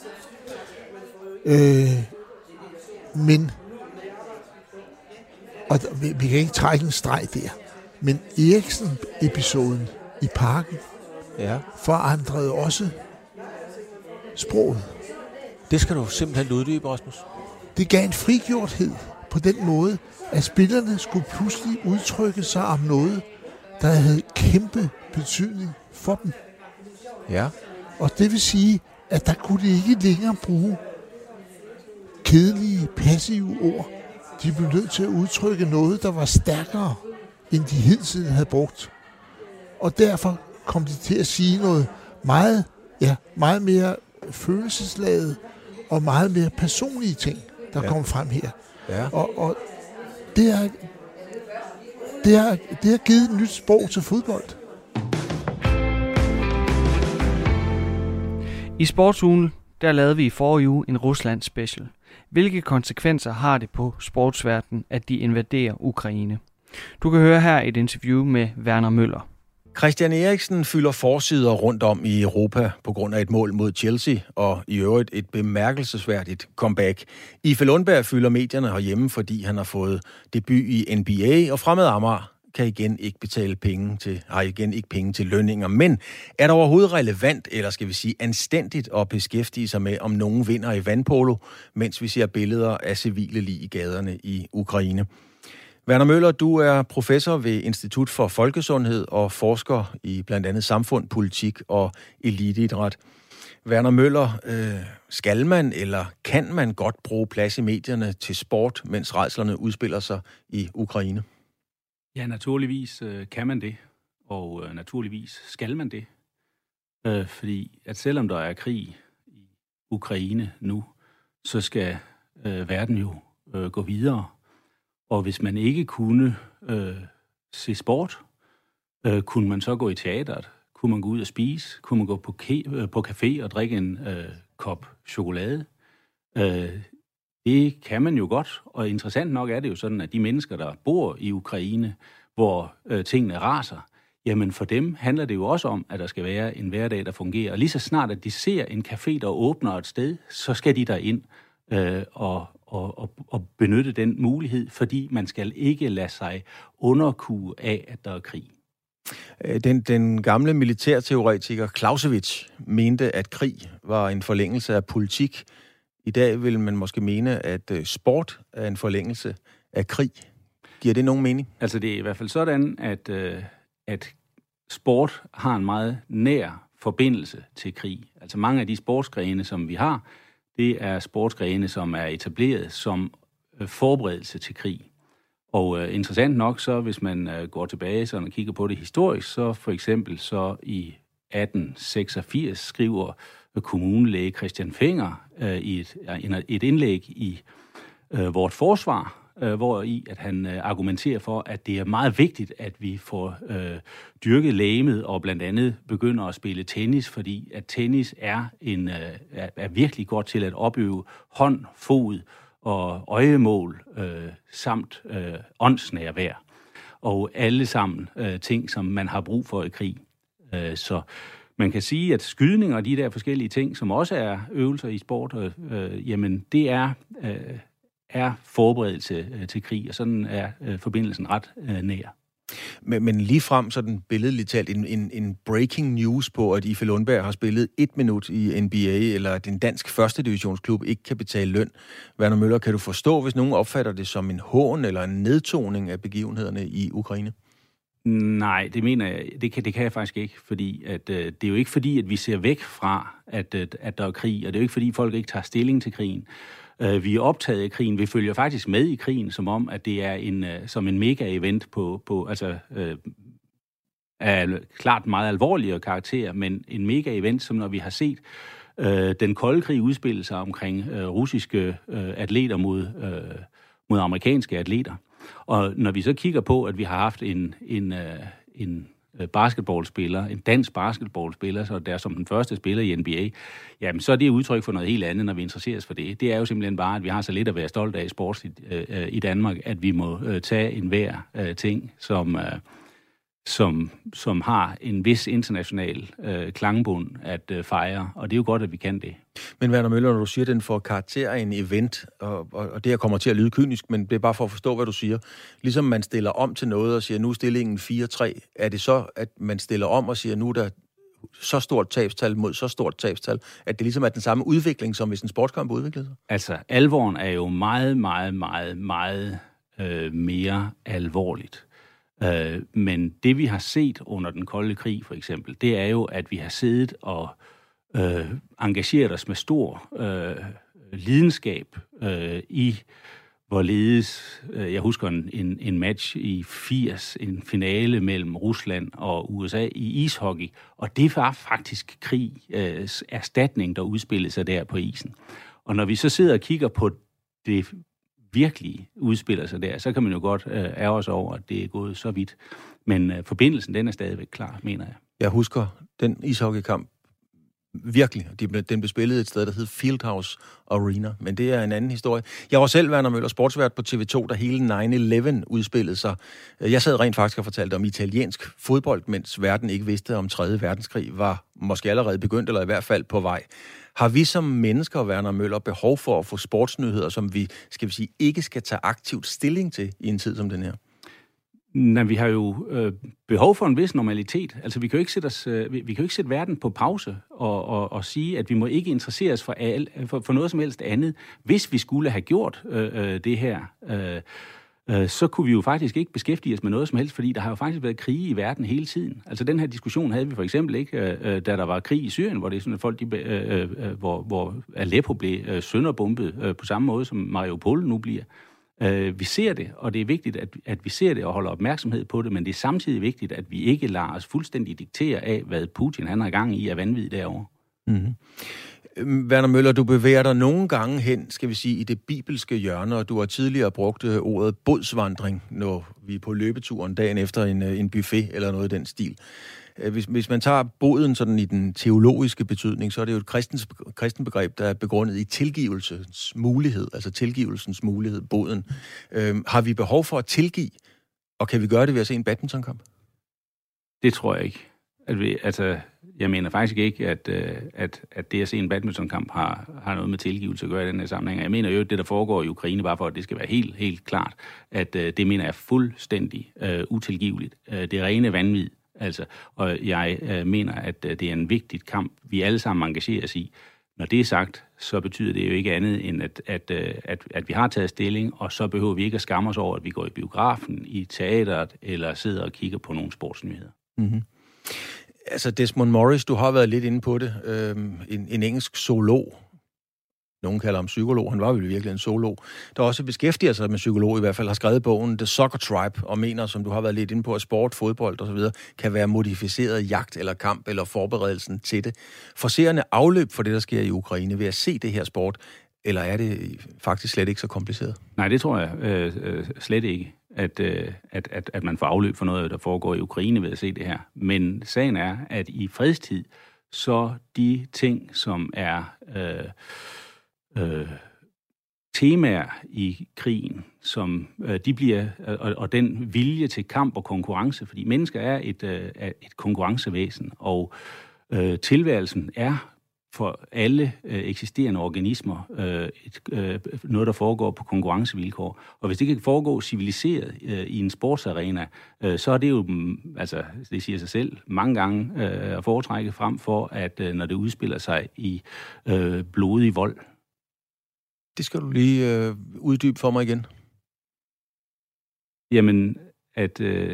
Øh, men og der, vi, vi kan ikke trække en streg der. Men Eriksen-episoden i Parken ja. forandrede også sproget. Det skal du simpelthen uddybe, Rasmus. Det gav en frigjorthed på den måde, at spillerne skulle pludselig udtrykke sig om noget, der havde kæmpe betydning for dem. Ja. Og det vil sige, at der kunne de ikke længere bruge kedelige, passive ord. De blev nødt til at udtrykke noget, der var stærkere, end de hidtil havde brugt. Og derfor kom de til at sige noget meget, ja, meget mere følelsesladet og meget mere personlige ting, der ja. kom frem her. Ja. Og, og det har det har, det har givet et nyt sprog til fodbold. I Sportsugen, der lavede vi i forrige uge en Rusland special. Hvilke konsekvenser har det på sportsverdenen, at de invaderer Ukraine? Du kan høre her et interview med Werner Møller. Christian Eriksen fylder forsider rundt om i Europa på grund af et mål mod Chelsea, og i øvrigt et bemærkelsesværdigt comeback. Ife Lundberg fylder medierne herhjemme, fordi han har fået debut i N B A, og Fremad Amager kan igen ikke betale penge til, har igen ikke penge til lønninger. Men er det overhovedet relevant, eller skal vi sige anstændigt, at beskæftige sig med, om nogen vinder i vandpolo, mens vi ser billeder af civile lig i gaderne i Ukraine? Werner Møller, du er professor ved Institut for Folkesundhed og forsker i blandt andet samfund, politik og eliteidræt. Werner Møller, øh, skal man eller kan man godt bruge plads i medierne til sport, mens rædslerne udspiller sig i Ukraine? Ja, naturligvis øh, kan man det, og øh, naturligvis skal man det. Øh, fordi at selvom der er krig i Ukraine nu, så skal øh, verden jo øh, gå videre. Og hvis man ikke kunne øh, se sport, øh, kunne man så gå i teateret, kunne man gå ud og spise, kunne man gå på, ke- øh, på café og drikke en øh, kop chokolade. Øh, det kan man jo godt, og interessant nok er det jo sådan, at de mennesker, der bor i Ukraine, hvor øh, tingene raser, jamen for dem handler det jo også om, at der skal være en hverdag, der fungerer. Og lige så snart, at de ser en café, der åbner et sted, så skal de derind øh, og Og, og, og benytte den mulighed, fordi man skal ikke lade sig underkue af, at der er krig. Den, den gamle militærteoretiker Clausewitz mente, at krig var en forlængelse af politik. I dag vil man måske mene, at sport er en forlængelse af krig. Giver det nogen mening? Altså det er i hvert fald sådan, at, at sport har en meget nær forbindelse til krig. Altså mange af de sportsgrene, som vi har, det er sportsgrene, som er etableret som forberedelse til krig. Og uh, interessant nok, så hvis man uh, går tilbage så og kigger på det historisk, så for eksempel så i atten seksogfirs skriver kommunelæge Christian Fenger uh, i et, uh, et indlæg i uh, Vort Forsvar, uh, hvor i at han uh, argumenterer for, at det er meget vigtigt, at vi får uh, dyrket legemet og blandt andet begynder at spille tennis, fordi at tennis er, en, uh, er, er virkelig godt til at opøve hånd, fod og øjemål øh, samt øh, åndsnærvær. Og alle sammen øh, ting, som man har brug for i krig. Øh, så man kan sige, at skydning og de der forskellige ting, som også er øvelser i sport, øh, jamen det er, øh, er forberedelse øh, til krig, og sådan er øh, forbindelsen ret øh, nær. Men, men lige frem sådan billedligt talt en, en, en breaking news på, at Ife Lundberg har spillet et minut i N B A, eller at en dansk første divisionsklub ikke kan betale løn. Werner Møller, kan du forstå, hvis nogen opfatter det som en hån eller en nedtoning af begivenhederne i Ukraine? Nej, det mener jeg, det kan, det kan jeg faktisk ikke, fordi at, øh, det er jo ikke fordi, at vi ser væk fra, at, at, at der er krig, og det er jo ikke fordi, folk ikke tager stilling til krigen. Øh, vi er optaget af krigen. Vi følger faktisk med i krigen, som om, at det er en, øh, som en mega-event på, på altså, øh, er klart meget alvorligere karakter, men en mega-event, som når vi har set øh, den kolde krig udspille sig omkring øh, russiske øh, atleter mod, øh, mod amerikanske atleter. Og når vi så kigger på, at vi har haft en, en, øh, en basketballspiller, en dansk basketballspiller, så der som den første spiller i N B A, jamen så er det udtryk for noget helt andet, når vi interesserer os for det. Det er jo simpelthen bare, at vi har så lidt at være stolt af sportsligt øh, i Danmark, at vi må øh, tage en hver øh, ting, som, øh, som, som har en vis international øh, klangbund at øh, fejre, og det er jo godt, at vi kan det. Men Werner Møller, når du siger, at den får karakter af en event, og, og, og det her kommer til at lyde kynisk, men det er bare for at forstå, hvad du siger. Ligesom man stiller om til noget og siger, nu er stillingen fire tre, er det så, at man stiller om og siger, nu er der så stort tabstal mod så stort tabstal, at det ligesom er den samme udvikling, som hvis en sportskamp udviklede sig? Altså, alvoren er jo meget, meget, meget, meget øh, mere alvorligt. Øh, men det, vi har set under den kolde krig, for eksempel, det er jo, at vi har siddet og øh, engageret os med stor øh, lidenskab øh, i, hvorledes, øh, jeg husker en, en, en match i firs, en finale mellem Rusland og U S A i ishockey, og det var faktisk krig, øh, erstatning, der udspillede sig der på isen. Og når vi så sidder og kigger på det virkelig udspiller sig der, så kan man jo godt øh, ærge sig over, at det er gået så vidt. Men øh, forbindelsen, den er stadigvæk klar, mener jeg. Jeg husker den ishockeykamp virkelig. Den blev spillet et sted, der hed Fieldhouse Arena, men det er en anden historie. Jeg var selv, Werner Møller, sportsvært på T V to, da hele nine eleven udspillede sig. Jeg sad rent faktisk og fortalte om italiensk fodbold, mens verden ikke vidste, om tredje verdenskrig var måske allerede begyndt, eller i hvert fald på vej. Har vi som mennesker, Werner Møller, behov for at få sportsnyheder, som vi, skal vi sige, ikke skal tage aktivt stilling til i en tid som den her? Nej, vi har jo øh, behov for en vis normalitet. Altså, vi kan jo ikke sætte, os, øh, vi, vi kan jo ikke sætte verden på pause og, og, og sige, at vi må ikke interessere os for, al, for, for noget som helst andet. Hvis vi skulle have gjort øh, øh, det her, øh, øh, så kunne vi jo faktisk ikke beskæftige os med noget som helst, fordi der har jo faktisk været krige i verden hele tiden. Altså, den her diskussion havde vi for eksempel ikke, øh, da der var krig i Syrien, hvor det er sådan, at folk, de, øh, øh, hvor, hvor Aleppo blev øh, sønderbombet øh, på samme måde, som Mariupol nu bliver. Uh, vi ser det, og det er vigtigt, at, at vi ser det og holder opmærksomhed på det, men det er samtidig vigtigt, at vi ikke lader os fuldstændig diktere af, hvad Putin han har gang i af vanvid derovre. Mm-hmm. Werner Møller, du bevæger dig nogle gange hen, skal vi sige, i det bibelske hjørne, og du har tidligere brugt ordet bodsvandring, når vi er på løbeturen dagen efter en, en buffet eller noget i den stil. Hvis, hvis man tager boden sådan i den teologiske betydning, så er det jo et kristens, kristen begreb, der er begrundet i tilgivelsens mulighed, altså tilgivelsens mulighed, boden. Øhm, har vi behov for at tilgive, og kan vi gøre det ved at se en badmintonkamp? Det tror jeg ikke. At vi, altså, jeg mener faktisk ikke, at, at, at det at se en badmintonkamp har, har noget med tilgivelse at gøre i den her sammenhæng. Jeg mener jo, at det, der foregår i Ukraine, bare for at det skal være helt, helt klart, at det mener jeg fuldstændig uh, utilgiveligt. Uh, det er rene vanvid. Altså, og jeg øh, mener, at øh, det er en vigtig kamp, vi alle sammen engagerer os i. Når det er sagt, så betyder det jo ikke andet, end at, at, øh, at, at vi har taget stilling, og så behøver vi ikke at skamme os over, at vi går i biografen, i teateret, eller sidder og kigger på nogle sportsnyheder. Mm-hmm. Altså, Desmond Morris, du har været lidt inde på det. Øhm, en, en engelsk zoolog. Nogen kalder ham psykolog, han var jo virkelig en zoolog, der også beskæftiger sig med psykolog, i hvert fald har skrevet bogen The Soccer Tribe, og mener, som du har været lidt inde på, at sport, fodbold osv. kan være modificeret jagt eller kamp eller forberedelsen til det. Forserende afløb for det, der sker i Ukraine ved at se det her sport, eller er det faktisk slet ikke så kompliceret? Nej, det tror jeg øh, øh, slet ikke, at, øh, at, at, at man får afløb for noget, der foregår i Ukraine ved at se det her. Men sagen er, at i fredstid, så de ting, som er Øh, Øh, temaer i krigen, som øh, de bliver, og, og den vilje til kamp og konkurrence, fordi mennesker er et, øh, et konkurrencevæsen, og øh, tilværelsen er for alle øh, eksisterende organismer øh, et, øh, noget, der foregår på konkurrencevilkår. Og hvis det kan foregå civiliseret øh, i en sportsarena, øh, så er det jo, altså det siger sig selv, mange gange øh, at foretrække frem for, at øh, når det udspiller sig i øh, blodig vold. Det skal du lige øh, uddybe for mig igen. Jamen, at øh,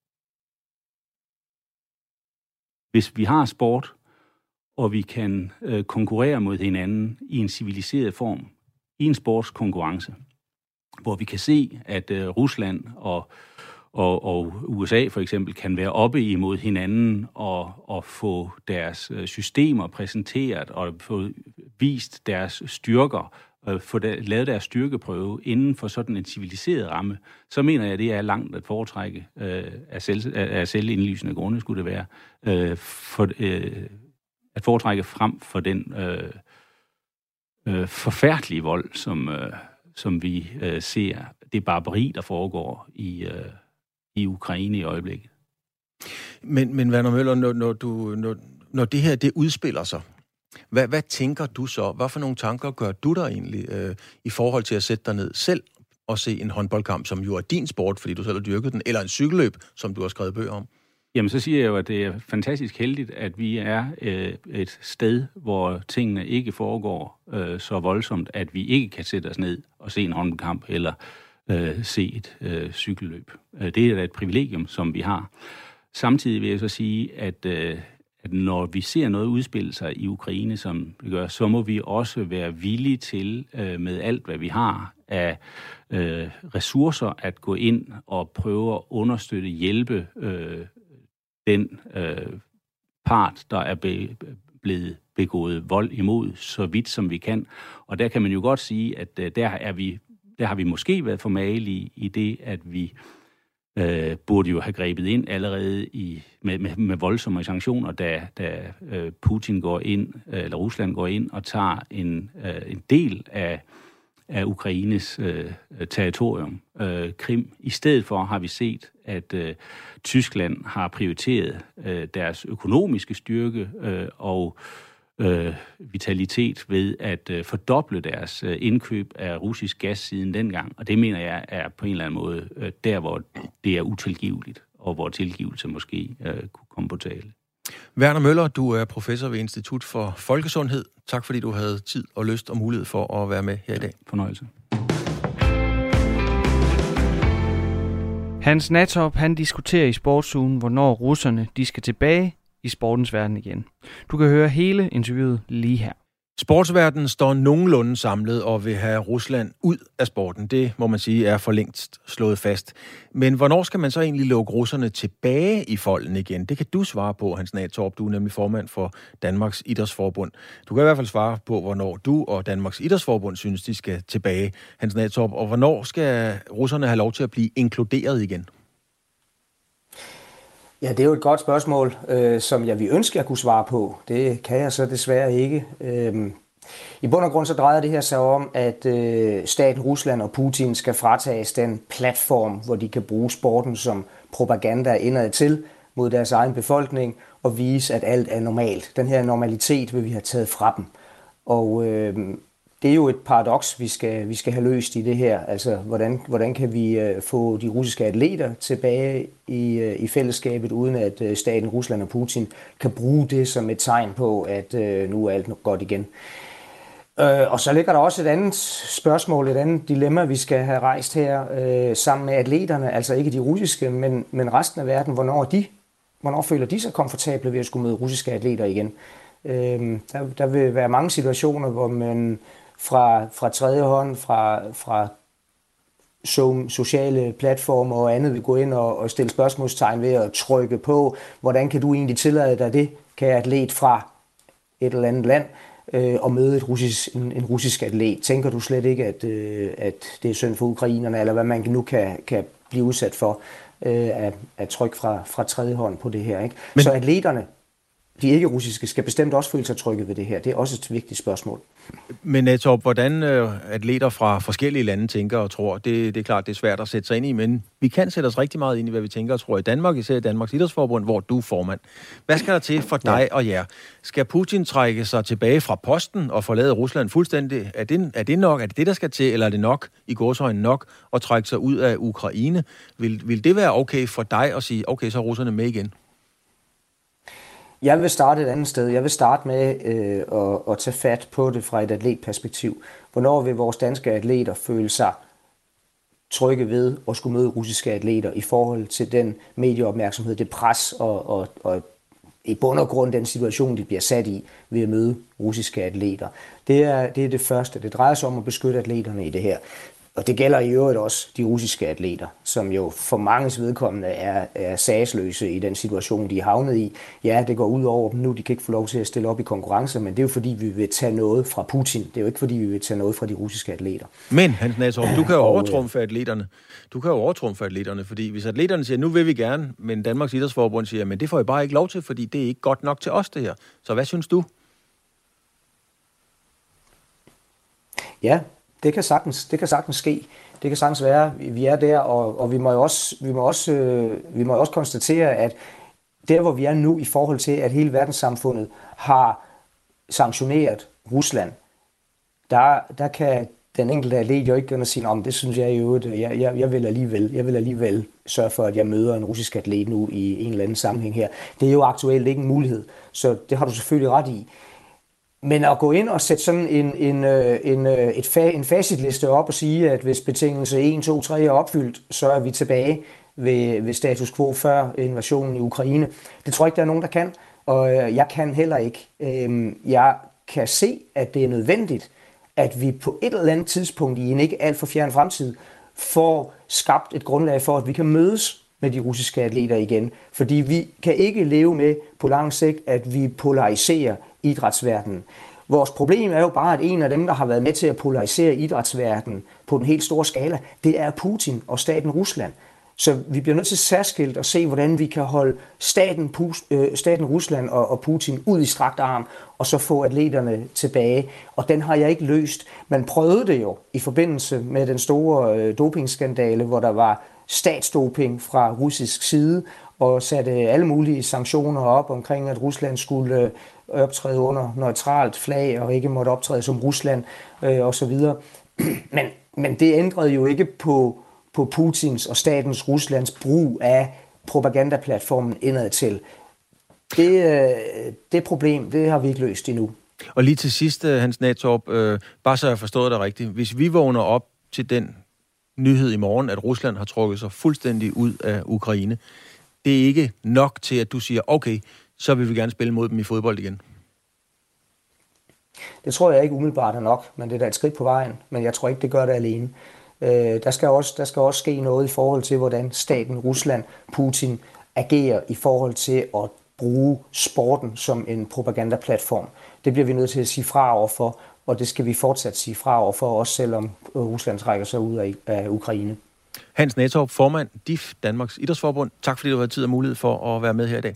hvis vi har sport, og vi kan øh, konkurrere mod hinanden i en civiliseret form, i en sportskonkurrence, hvor vi kan se, at øh, Rusland og, og, og U S A for eksempel kan være oppe imod hinanden og, og få deres systemer præsenteret og få vist deres styrker, øh, få der, lavet deres styrkeprøve inden for sådan en civiliseret ramme, så mener jeg, at det er langt at foretrække øh, af, selv, af selvindlysende grunde, skulle det være, øh, for, øh, at foretrække frem for den øh, øh, forfærdelige vold, som, øh, som vi øh, ser, det barbari, der foregår i, øh, i Ukraine i øjeblikket. Men, men Werner Møller, når, når, du, når, når det her det udspiller sig, hvad, hvad tænker du så? Hvad for nogle tanker gør du der egentlig øh, i forhold til at sætte dig ned selv og se en håndboldkamp, som jo er din sport, fordi du selv har dyrket den, eller en cykelløb, som du har skrevet bøger om? Jamen, så siger jeg jo, at det er fantastisk heldigt, at vi er øh, et sted, hvor tingene ikke foregår øh, så voldsomt, at vi ikke kan sætte os ned og se en håndboldkamp eller øh, se et øh, cykelløb. Det er da et privilegium, som vi har. Samtidig vil jeg så sige, at, øh, at når vi ser noget udspille sig i Ukraine, som det gør, så må vi også være villige til, øh, med alt, hvad vi har af øh, ressourcer, at gå ind og prøve at understøtte, hjælpe øh, den øh, part, der er be, blevet begået vold imod, så vidt som vi kan. Og der kan man jo godt sige, at øh, der, er vi, der har vi måske været for magelige i det, at vi øh, burde jo have grebet ind allerede i, med, med, med voldsomme sanktioner, da, da øh, Putin går ind, øh, eller Rusland går ind og tager en, øh, en del af af Ukraines øh, territorium, øh, Krim. I stedet for har vi set, at øh, Tyskland har prioriteret øh, deres økonomiske styrke øh, og øh, vitalitet ved at øh, fordoble deres øh, indkøb af russisk gas siden dengang. Og det mener jeg er på en eller anden måde øh, der, hvor det er utilgiveligt, og hvor tilgivelse måske øh, kunne komme på tale. Werner Møller, du er professor ved Institut for Folkesundhed. Tak fordi du havde tid og lyst og mulighed for at være med her i dag. Fornøjelse. Hans Natop, han diskuterer i Sportsugen, hvornår russerne de skal tilbage i sportens verden igen. Du kan høre hele interviewet lige her. Sportsverdenen står nogenlunde samlet og vil have Rusland ud af sporten. Det må man sige er for længst slået fast. Men hvornår skal man så egentlig lukke russerne tilbage i folden igen? Det kan du svare på, Hans Natop. Du er nemlig formand for Danmarks Idrætsforbund. Du kan i hvert fald svare på, hvornår du og Danmarks Idrætsforbund synes, de skal tilbage, Hans Natop. Og hvornår skal russerne have lov til at blive inkluderet igen? Ja, det er jo et godt spørgsmål, øh, som jeg vil ønske, jeg kunne svare på. Det kan jeg så desværre ikke. Øh, I bund og grund så drejer det her sig om, at øh, staten Rusland og Putin skal fratages den platform, hvor de kan bruge sporten som propaganda indad til mod deres egen befolkning og vise, at alt er normalt. Den her normalitet vil vi have taget fra dem. Og øh, det er jo et paradoks, vi skal, vi skal have løst i det her. Altså, hvordan, hvordan kan vi øh, få de russiske atleter tilbage i, øh, i fællesskabet, uden at øh, staten Rusland og Putin kan bruge det som et tegn på, at øh, nu er alt godt igen. Øh, og så ligger der også et andet spørgsmål, et andet dilemma, vi skal have rejst her, øh, sammen med atleterne, altså ikke de russiske, men, men resten af verden. Hvornår, de, hvornår føler de sig komfortable ved at skulle møde russiske atleter igen? Øh, der, der vil være mange situationer, hvor man fra, fra tredje hånd, fra, fra so, sociale platformer og andet vil gå ind og, og stille spørgsmålstegn ved at trykke på, hvordan kan du egentlig tillade dig det, kære atlet fra et eller andet land, øh, og møde et russisk, en, en russisk atlet. Tænker du slet ikke, at, øh, at det er synd for ukrainerne, eller hvad man nu kan, kan blive udsat for øh, af, af tryk fra, fra tredje hånd på det her, ikke? Men så atleterne, de ikke-russiske, skal bestemt også føle sig trygge ved det her. Det er også et vigtigt spørgsmål. Men Natop, hvordan øh, atleter fra forskellige lande tænker og tror, det, det er klart, det er svært at sætte sig ind i, men vi kan sætte os rigtig meget ind i, hvad vi tænker og tror i Danmark, især i Danmarks Idrætsforbund, hvor du er formand. Hvad skal der til for dig ja. og jer? Skal Putin trække sig tilbage fra posten og forlade Rusland fuldstændig? Er det, er det nok? Er det det, der skal til, eller er det nok, i gåseøjne nok, at trække sig ud af Ukraine? Vil, vil det være okay for dig at sige, okay, så er russerne med igen? Jeg vil starte et andet sted. Jeg vil starte med øh, at, at tage fat på det fra et atletperspektiv. Hvornår vil vores danske atleter føle sig trygge ved at skulle møde russiske atleter i forhold til den medieopmærksomhed, det pres og, og, og i bund og grund den situation, de bliver sat i ved at møde russiske atleter. Det er, det er det første. Det drejer sig om at beskytte atleterne i det her. Og det gælder i øvrigt også de russiske atleter, som jo for manges vedkommende er, er sagsløse i den situation, de er havnet i. Ja, det går ud over dem nu, de kan ikke få lov til at stille op i konkurrencer, men det er jo fordi, vi vil tage noget fra Putin. Det er jo ikke fordi, vi vil tage noget fra de russiske atleter. Men, Hans Natorp, du kan jo overtrumfe atleterne. Du kan jo overtrumfe atleterne, fordi hvis atleterne siger, nu vil vi gerne, men Danmarks Idrætsforbund siger, men det får I bare ikke lov til, fordi det er ikke godt nok til os, det her. Så hvad synes du? Ja, Det kan sagtens, det kan sagtens ske. Det kan sagtens være, vi er der, og, og vi må jo også, vi må også, øh, vi må også konstatere, at der, hvor vi er nu i forhold til, at hele verdenssamfundet har sanktioneret Rusland, der, der kan den enkelte atlet jo ikke gå og sige, om det synes jeg jo, jeg, jeg, jeg vil alligevel, jeg vil alligevel sørge for, at jeg møder en russisk atlet nu i en eller anden sammenhæng her. Det er jo aktuelt ikke en mulighed, så det har du selvfølgelig ret i. Men at gå ind og sætte sådan en, en, en, et fa, en facitliste op og sige, at hvis betingelse et, to, tre er opfyldt, så er vi tilbage ved, ved status quo før invasionen i Ukraine. Det tror jeg ikke, der er nogen, der kan, og jeg kan heller ikke. Jeg kan se, at det er nødvendigt, at vi på et eller andet tidspunkt i en ikke alt for fjern fremtid får skabt et grundlag for, at vi kan mødes med de russiske atleter igen. Fordi vi kan ikke leve med på lang sigt, at vi polariserer idrætsverdenen. Vores problem er jo bare, at en af dem, der har været med til at polarisere idrætsverdenen på den helt store skala, det er Putin og staten Rusland. Så vi bliver nødt til særskilt at se, hvordan vi kan holde staten, øh, staten Rusland og, og Putin ud i strakt arm, og så få atleterne tilbage. Og den har jeg ikke løst. Man prøvede det jo i forbindelse med den store øh, dopingskandale, hvor der var statsdoping fra russisk side, og satte alle mulige sanktioner op omkring, at Rusland skulle øh, optræde under neutralt flag, og ikke måtte optræde som Rusland, øh, osv. Men, men det ændrede jo ikke på på Putins og statens Ruslands brug af propagandaplatformen indadtil. Det, det problem, det har vi ikke løst endnu. Og lige til sidst, Hans Natorp, øh, bare så jeg forstået dig rigtigt. Hvis vi vågner op til den nyhed i morgen, at Rusland har trukket sig fuldstændig ud af Ukraine, det er ikke nok til, at du siger, okay, så vil vi gerne spille mod dem i fodbold igen. Det tror jeg ikke umiddelbart er nok, men det er da et skridt på vejen. Men jeg tror ikke, det gør det alene. Der skal, også, der skal også ske noget i forhold til, hvordan staten Rusland, Putin, agerer i forhold til at bruge sporten som en propagandaplatform. Det bliver vi nødt til at sige fra overfor, og det skal vi fortsat sige fra overfor, også selvom Rusland trækker sig ud af, af Ukraine. Hans Natorp, formand, D I F, Danmarks Idrætsforbund. Tak fordi du har tid og mulighed for at være med her i dag.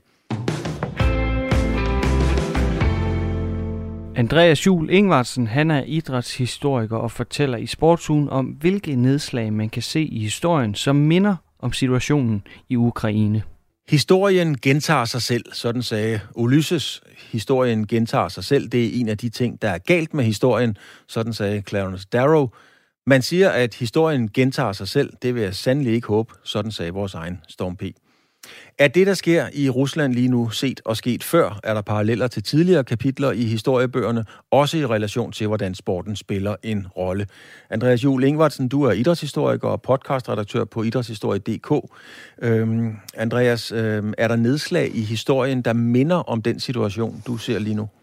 Andreas Juel Ingvartsen, han er idrætshistoriker og fortæller i Sportsugen om, hvilke nedslag man kan se i historien, som minder om situationen i Ukraine. Historien gentager sig selv, sådan sagde Ulysses. Historien gentager sig selv. Det er en af de ting, der er galt med historien, sådan sagde Clarence Darrow. Man siger, at historien gentager sig selv. Det vil jeg sandelig ikke håbe, sådan sagde vores egen Storm P. Er det, der sker i Rusland lige nu, set og sket før? Er der paralleller til tidligere kapitler i historiebøgerne, også i relation til, hvordan sporten spiller en rolle? Andreas Juel Ingvartsen, du er idrætshistoriker og podcastredaktør på idrætshistorie punktum d k. Øhm, Andreas, øhm, er der nedslag i historien, der minder om den situation, du ser lige nu?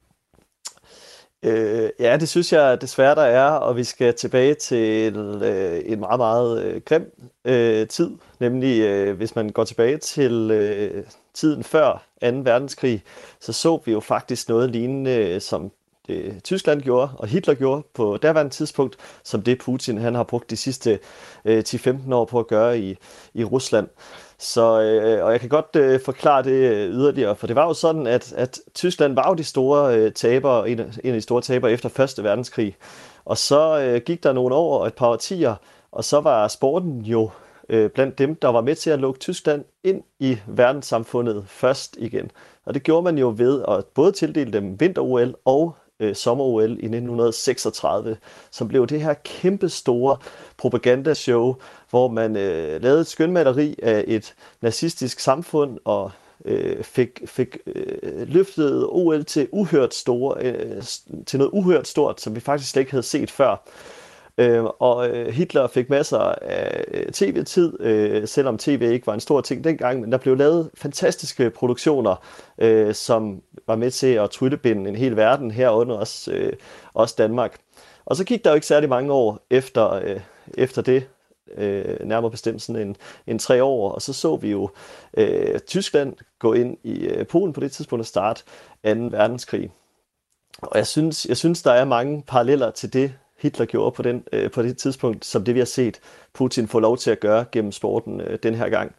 Øh, ja, det synes jeg desværre, der er, og vi skal tilbage til øh, en meget, meget øh, grim øh, tid, nemlig øh, hvis man går tilbage til øh, tiden før anden verdenskrig, så så vi jo faktisk noget lignende, øh, som det Tyskland gjorde, og Hitler gjorde på derværende tidspunkt, som det Putin han har brugt de sidste øh, ti til femten år på at gøre i, i Rusland. Så, øh, og jeg kan godt øh, forklare det yderligere, for det var jo sådan, at, at Tyskland var jo de store øh, tabere, en, en af de store tabere efter første verdenskrig. Og så øh, gik der nogle år og et par årtier, og så var sporten jo øh, blandt dem, der var med til at lukke Tyskland ind i verdenssamfundet først igen. Og det gjorde man jo ved at både tildele dem vinter-O L og øh, sommer-O L i nitten seksogtredive, som blev det her kæmpe store propagandashow, hvor man øh, lavede et skønmaleri af et nazistisk samfund og øh, fik, fik øh, løftet O L til, uhørt store, øh, til noget uhørt stort, som vi faktisk slet ikke havde set før. Øh, og øh, Hitler fik masser af øh, tv-tid, øh, selvom tv ikke var en stor ting dengang, men der blev lavet fantastiske produktioner, øh, som var med til at tryllebinde en hel verden, herunder også, øh, også Danmark. Og så gik der jo ikke særlig mange år efter, øh, efter det, øh, nærmere bestemt sådan en, en tre år, og så så vi jo øh, Tyskland gå ind i øh, Polen på det tidspunkt og starte anden verdenskrig. Og jeg synes, jeg synes, der er mange paralleller til det, Hitler gjorde på, den, øh, på det tidspunkt, som det vi har set Putin få lov til at gøre gennem sporten øh, den her gang.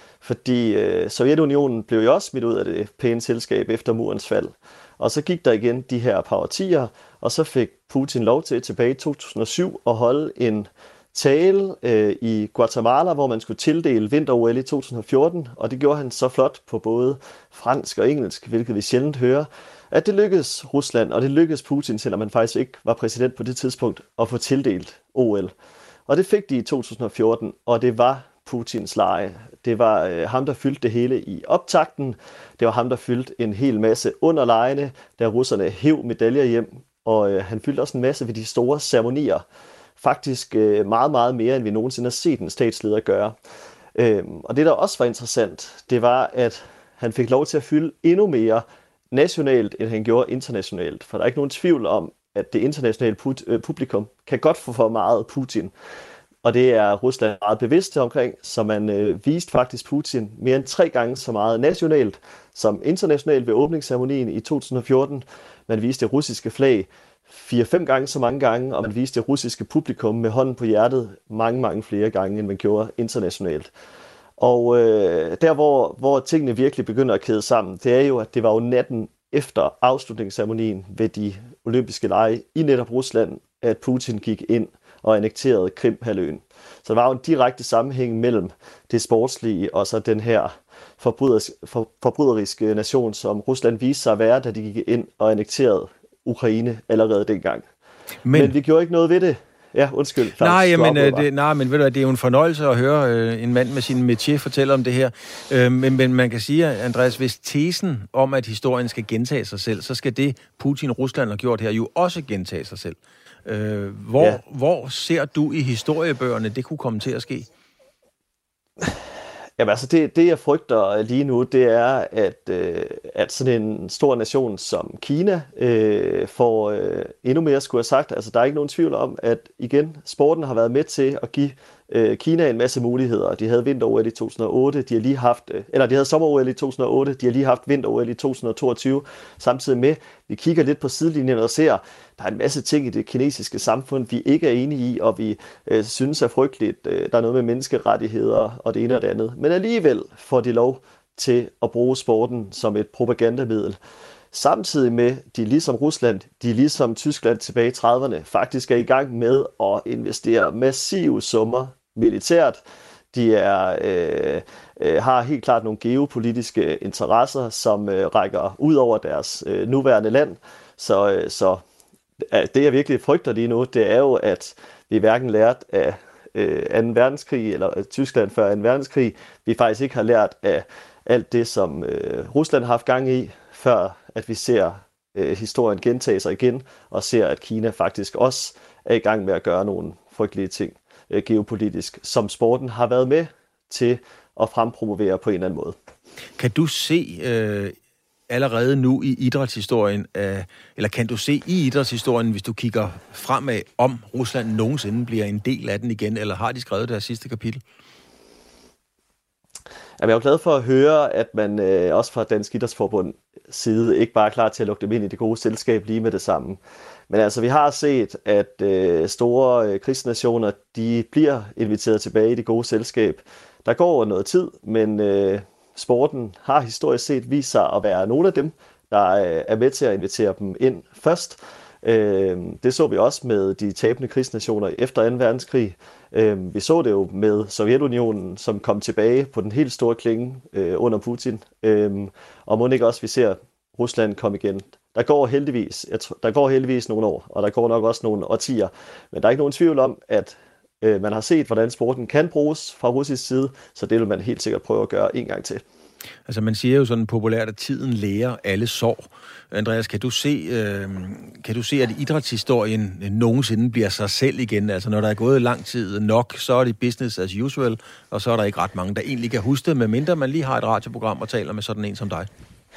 Fordi øh, Sovjetunionen blev jo også smidt ud af det pæne selskab efter murens fald. Og så gik der igen de her par årtier, og så fik Putin lov til tilbage i to tusind og syv at holde en tale øh, i Guatemala, hvor man skulle tildele vinter-O L i to tusind og fjorten, og det gjorde han så flot på både fransk og engelsk, hvilket vi sjældent hører, at det lykkedes Rusland, og det lykkedes Putin, selvom man faktisk ikke var præsident på det tidspunkt, at få tildelt O L. Og det fik de i to tusind og fjorten, og det var Putins lege. Det var øh, ham, der fyldte det hele i optakten. Det var ham, der fyldte en hel masse under legene, da russerne hev medaljer hjem, og øh, han fyldte også en masse ved de store ceremonier. Faktisk øh, meget, meget mere, end vi nogensinde har set en statsleder gøre. Øhm, og det, der også var interessant, det var, at han fik lov til at fylde endnu mere nationalt, end han gjorde internationalt. For der er ikke nogen tvivl om, at det internationale put- publikum kan godt få for meget Putin. Og det er Rusland meget bevidst omkring, så man øh, viste faktisk Putin mere end tre gange så meget nationalt som internationalt ved åbningsceremonien i to tusind og fjorten. Man viste det russiske flag fire-fem gange så mange gange, og man viste det russiske publikum med hånden på hjertet mange, mange flere gange, end man gjorde internationalt. Og øh, der, hvor, hvor tingene virkelig begynder at kæde sammen, det er jo, at det var jo natten efter afslutningsceremonien ved de olympiske lege i netop Rusland, at Putin gik ind og annekterede Krim-halvøen. Så der var jo en direkte sammenhæng mellem det sportslige og så den her forbryderiske nation, som Rusland viste sig at være, da de gik ind og annekterede Ukraine allerede dengang. Men, men vi gjorde ikke noget ved det. Ja, undskyld. Claus, nej, jamen, det, nej, men ved du hvad, det er jo en fornøjelse at høre øh, en mand med sin métier fortælle om det her. Øh, men, men man kan sige, Andreas, hvis tesen om, at historien skal gentage sig selv, så skal det, Putin Rusland har gjort her, jo også gentage sig selv. Øh, hvor, ja. hvor ser du i historiebøgerne, det kunne komme til at ske? Jamen altså, det, det jeg frygter lige nu, det er, at, øh, at sådan en stor nation som Kina øh, får øh, endnu mere, skulle jeg sagt. Altså, der er ikke nogen tvivl om, at igen, sporten har været med til at give øh, Kina en masse muligheder. De havde vinter-O L i to tusind og otte, de har lige haft, øh, eller de havde sommer-O L i to tusind og otte, de har lige haft vinter-O L i to tusind og toogtyve, samtidig med, vi kigger lidt på sidelinjen og ser, der er en masse ting i det kinesiske samfund, vi ikke er enige i, og vi øh, synes er frygteligt. Øh, der er noget med menneskerettigheder og det ene og det andet. Men alligevel får de lov til at bruge sporten som et propagandamiddel. Samtidig med, de ligesom Rusland, de ligesom Tyskland tilbage i trediverne, faktisk er i gang med at investere massive summer militært. De er, øh, øh, har helt klart nogle geopolitiske interesser, som øh, rækker ud over deres øh, nuværende land. Så, øh, så det, jeg virkelig frygter lige nu, det er jo, at vi hverken lært af øh, anden verdenskrig, eller øh, Tyskland før anden verdenskrig, vi faktisk ikke har lært af alt det, som øh, Rusland har haft gang i, før at vi ser øh, historien gentage sig igen, og ser, at Kina faktisk også er i gang med at gøre nogle frygtelige ting øh, geopolitisk, som sporten har været med til at frempromovere på en eller anden måde. Kan du se øh, allerede nu i idrætshistorien, øh, eller kan du se i idrætshistorien, hvis du kigger fremad, om Rusland nogensinde bliver en del af den igen, eller har de skrevet deres sidste kapitel? Jeg er jo glad for at høre, at man øh, også fra Dansk Idrætsforbund side ikke bare er klar til at lukke dem ind i det gode selskab lige med det samme. Men altså, vi har set, at øh, store øh, krigsnationer, de bliver inviteret tilbage i det gode selskab. Der går noget tid, men øh, sporten har historisk set vist sig at være nogle af dem, der øh, er med til at invitere dem ind først. Øh, det så vi også med de tabende krigsnationer efter anden verdenskrig. Øh, vi så det jo med Sovjetunionen, som kom tilbage på den helt store klinge øh, under Putin. Øh, og må ikke også, vi ser Rusland komme igen. Der går heldigvis, jeg tror, der går heldigvis nogle år, og der går nok også nogle årtier. Men der er ikke nogen tvivl om, at øh, man har set, hvordan sporten kan bruges fra russisk side, så det vil man helt sikkert prøve at gøre en gang til. Altså man siger jo sådan populært, at tiden lærer alle sår. Andreas, kan du se, øh, kan du se, at idrætshistorien nogensinde bliver sig selv igen? Altså når der er gået lang tid nok, så er det business as usual, og så er der ikke ret mange, der egentlig kan huske det, medmindre man lige har et radioprogram og taler med sådan en som dig.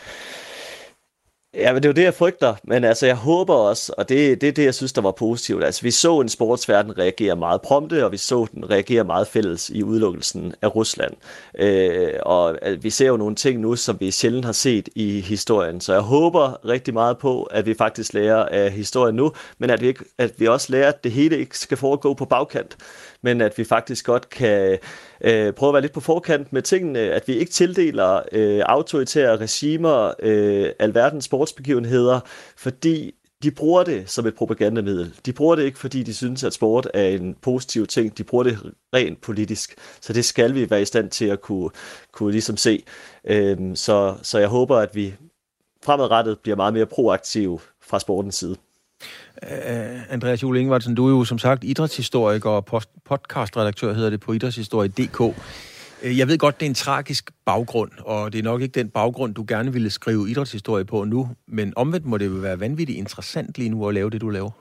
Ja, men det er jo det, jeg frygter. Men altså, jeg håber også, og det, det er det, jeg synes, der var positivt. Altså, vi så en sportsverden reagere meget prompte, og vi så den reagere meget fælles i udelukkelsen af Rusland. Øh, og vi ser jo nogle ting nu, som vi sjældent har set i historien. Så jeg håber rigtig meget på, at vi faktisk lærer af historien nu, men at vi, ikke, at vi også lærer, at det hele ikke skal foregå på bagkant, men at vi faktisk godt kan øh, prøve at være lidt på forkant med tingene, at vi ikke tildeler øh, autoritære regimer øh, alverdens sportsbegivenheder, fordi de bruger det som et propagandamiddel. De bruger det ikke, fordi de synes, at sport er en positiv ting. De bruger det rent politisk. Så det skal vi være i stand til at kunne, kunne ligesom se. Øhm, så, så jeg håber, at vi fremadrettet bliver meget mere proaktive fra sportens side. Uh, Andreas Juel Ingvartsen, du er jo som sagt idrætshistoriker og podcastredaktør, hedder det, på idrætshistorie punktum d k. Jeg ved godt, det er en tragisk baggrund, og det er nok ikke den baggrund, du gerne ville skrive idrætshistorie på nu, men omvendt må det jo være vanvittigt interessant lige nu at lave det, du laver.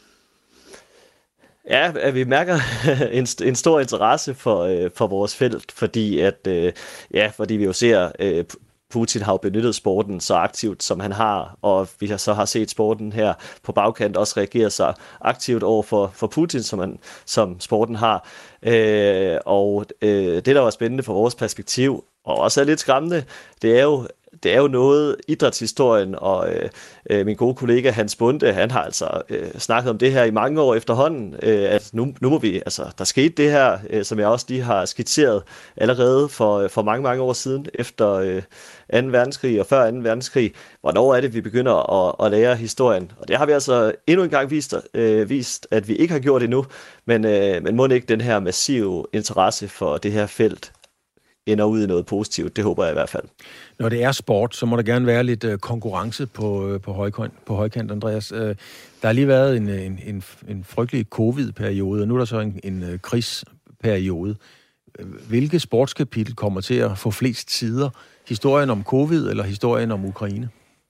Ja, vi mærker en, en stor interesse for, for vores felt, fordi, at, ja, fordi vi jo ser... Putin har jo benyttet sporten så aktivt, som han har, og vi har så har set sporten her på bagkant også reagere så aktivt over for, for Putin, som, han, som sporten har. Øh, og øh, det, der var spændende fra vores perspektiv, og også er lidt skræmmende, det er jo, det er jo noget, idrætshistorien og øh, min gode kollega Hans Bunde, han har altså øh, snakket om det her i mange år efterhånden, øh, at nu, nu må vi, altså der skete det her, øh, som jeg også lige har skitseret allerede for, for mange, mange år siden, efter øh, anden verdenskrig og før anden verdenskrig. Hvornår er det, vi begynder at, at lære historien? Og det har vi altså endnu en gang vist, øh, vist at vi ikke har gjort endnu, men, øh, men må ikke den her massive interesse for det her felt ender ud i noget positivt. Det håber jeg i hvert fald. Når det er sport, så må der gerne være lidt konkurrence på, på, højkant, på højkant, Andreas. Der har lige været en, en, en, en frygtelig covid-periode, og nu er der så en, en krigsperiode. Hvilke sportskapitel kommer til at få flest sider? Historien om covid eller historien om Ukraine?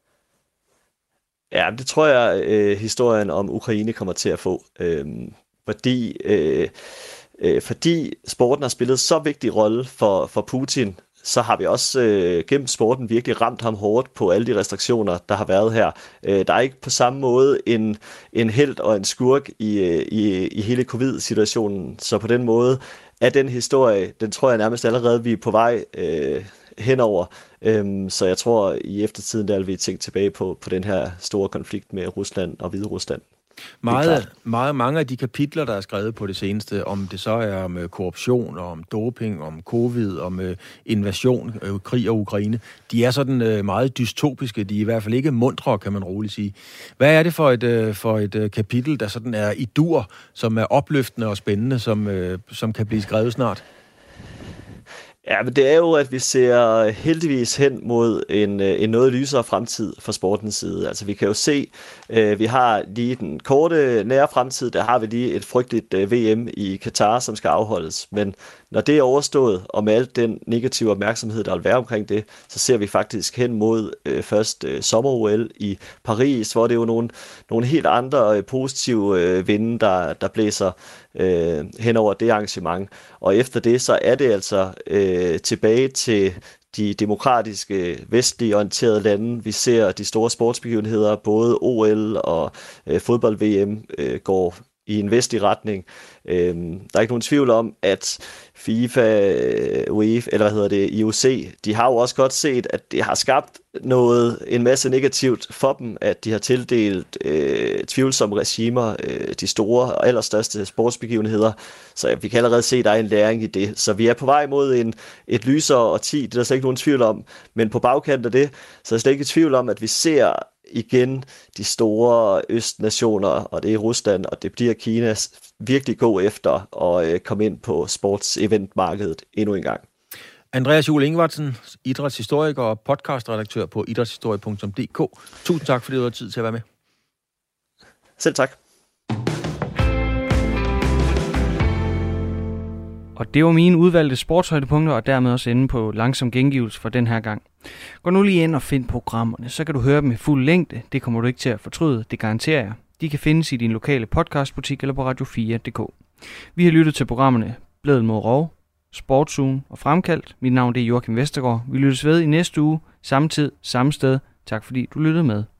Ja, det tror jeg, øh, historien om Ukraine kommer til at få. Øh, fordi... Øh, Fordi sporten har spillet så vigtig rolle for, for Putin, så har vi også øh, gennem sporten virkelig ramt ham hårdt på alle de restriktioner, der har været her. Øh, der er ikke på samme måde en, en helt og en skurk i, i, i hele covid-situationen, så på den måde er den historie, den tror jeg nærmest allerede, vi er på vej øh, henover. Øhm, så jeg tror, i eftertiden, der vil vi tænke tilbage på, på den her store konflikt med Rusland og Hvide Rusland. Meget, meget, mange af de kapitler, der er skrevet på det seneste, om det så er om korruption, om doping, om covid, om invasion, krig og Ukraine, de er sådan meget dystopiske. De er i hvert fald ikke muntre, kan man roligt sige. Hvad er det for et, for et kapitel, der sådan er i dur, som er opløftende og spændende, som, som kan blive skrevet snart? Ja, men det er jo, at vi ser heldigvis hen mod en, en noget lysere fremtid fra sportens side. Altså vi kan jo se, øh, vi har lige den korte nære fremtid, der har vi lige et frygteligt øh, V M i Katar, som skal afholdes. Men når det er overstået, og med alt den negative opmærksomhed, der vil være omkring det, så ser vi faktisk hen mod øh, først øh, sommer-O L i Paris, hvor det er jo nogle, nogle helt andre øh, positive øh, vinde, der, der blæser øh, hen over det arrangement. Og efter det, så er det altså øh, tilbage til de demokratiske, vestlige orienterede lande. Vi ser de store sportsbegivenheder, både O L og øh, fodbold-V M øh, går i en vestlig retning. Øh, der er ikke nogen tvivl om, at FIFA, UEFA, eller hvad hedder det, I O C, de har jo også godt set, at det har skabt noget, en masse negativt for dem, at de har tildelt øh, tvivlsomme regimer, øh, de store og allerstørste sportsbegivenheder. Så vi kan allerede se, at der er en læring i det. Så vi er på vej mod en, et lysere årti, det er der slet ikke nogen tvivl om. Men på bagkant af det, så er der slet ikke tvivl om, at vi ser igen de store østnationer, og det er Rusland, og det bliver Kina, virkelig gå efter at øh, komme ind på sports-eventmarkedet endnu en gang. Andreas Juel Ingvartsen, idrætshistoriker og podcastredaktør på idrætshistorie punktum d k. Tusind tak, fordi du har tid til at være med. Selv tak. Og det var mine udvalgte sportshøjdepunkter, og dermed også inde på langsom gengivelse for den her gang. Gå nu lige ind og find programmerne, så kan du høre dem i fuld længde. Det kommer du ikke til at fortryde, det garanterer jeg. De kan findes i din lokale podcastbutik eller på radio fire punktum d k. Vi har lyttet til programmerne Blædel mod Rov, Sportsugen og Fremkaldt. Mit navn er Joachim Vestergaard. Vi lyttes ved i næste uge, samme tid, samme sted. Tak fordi du lyttede med.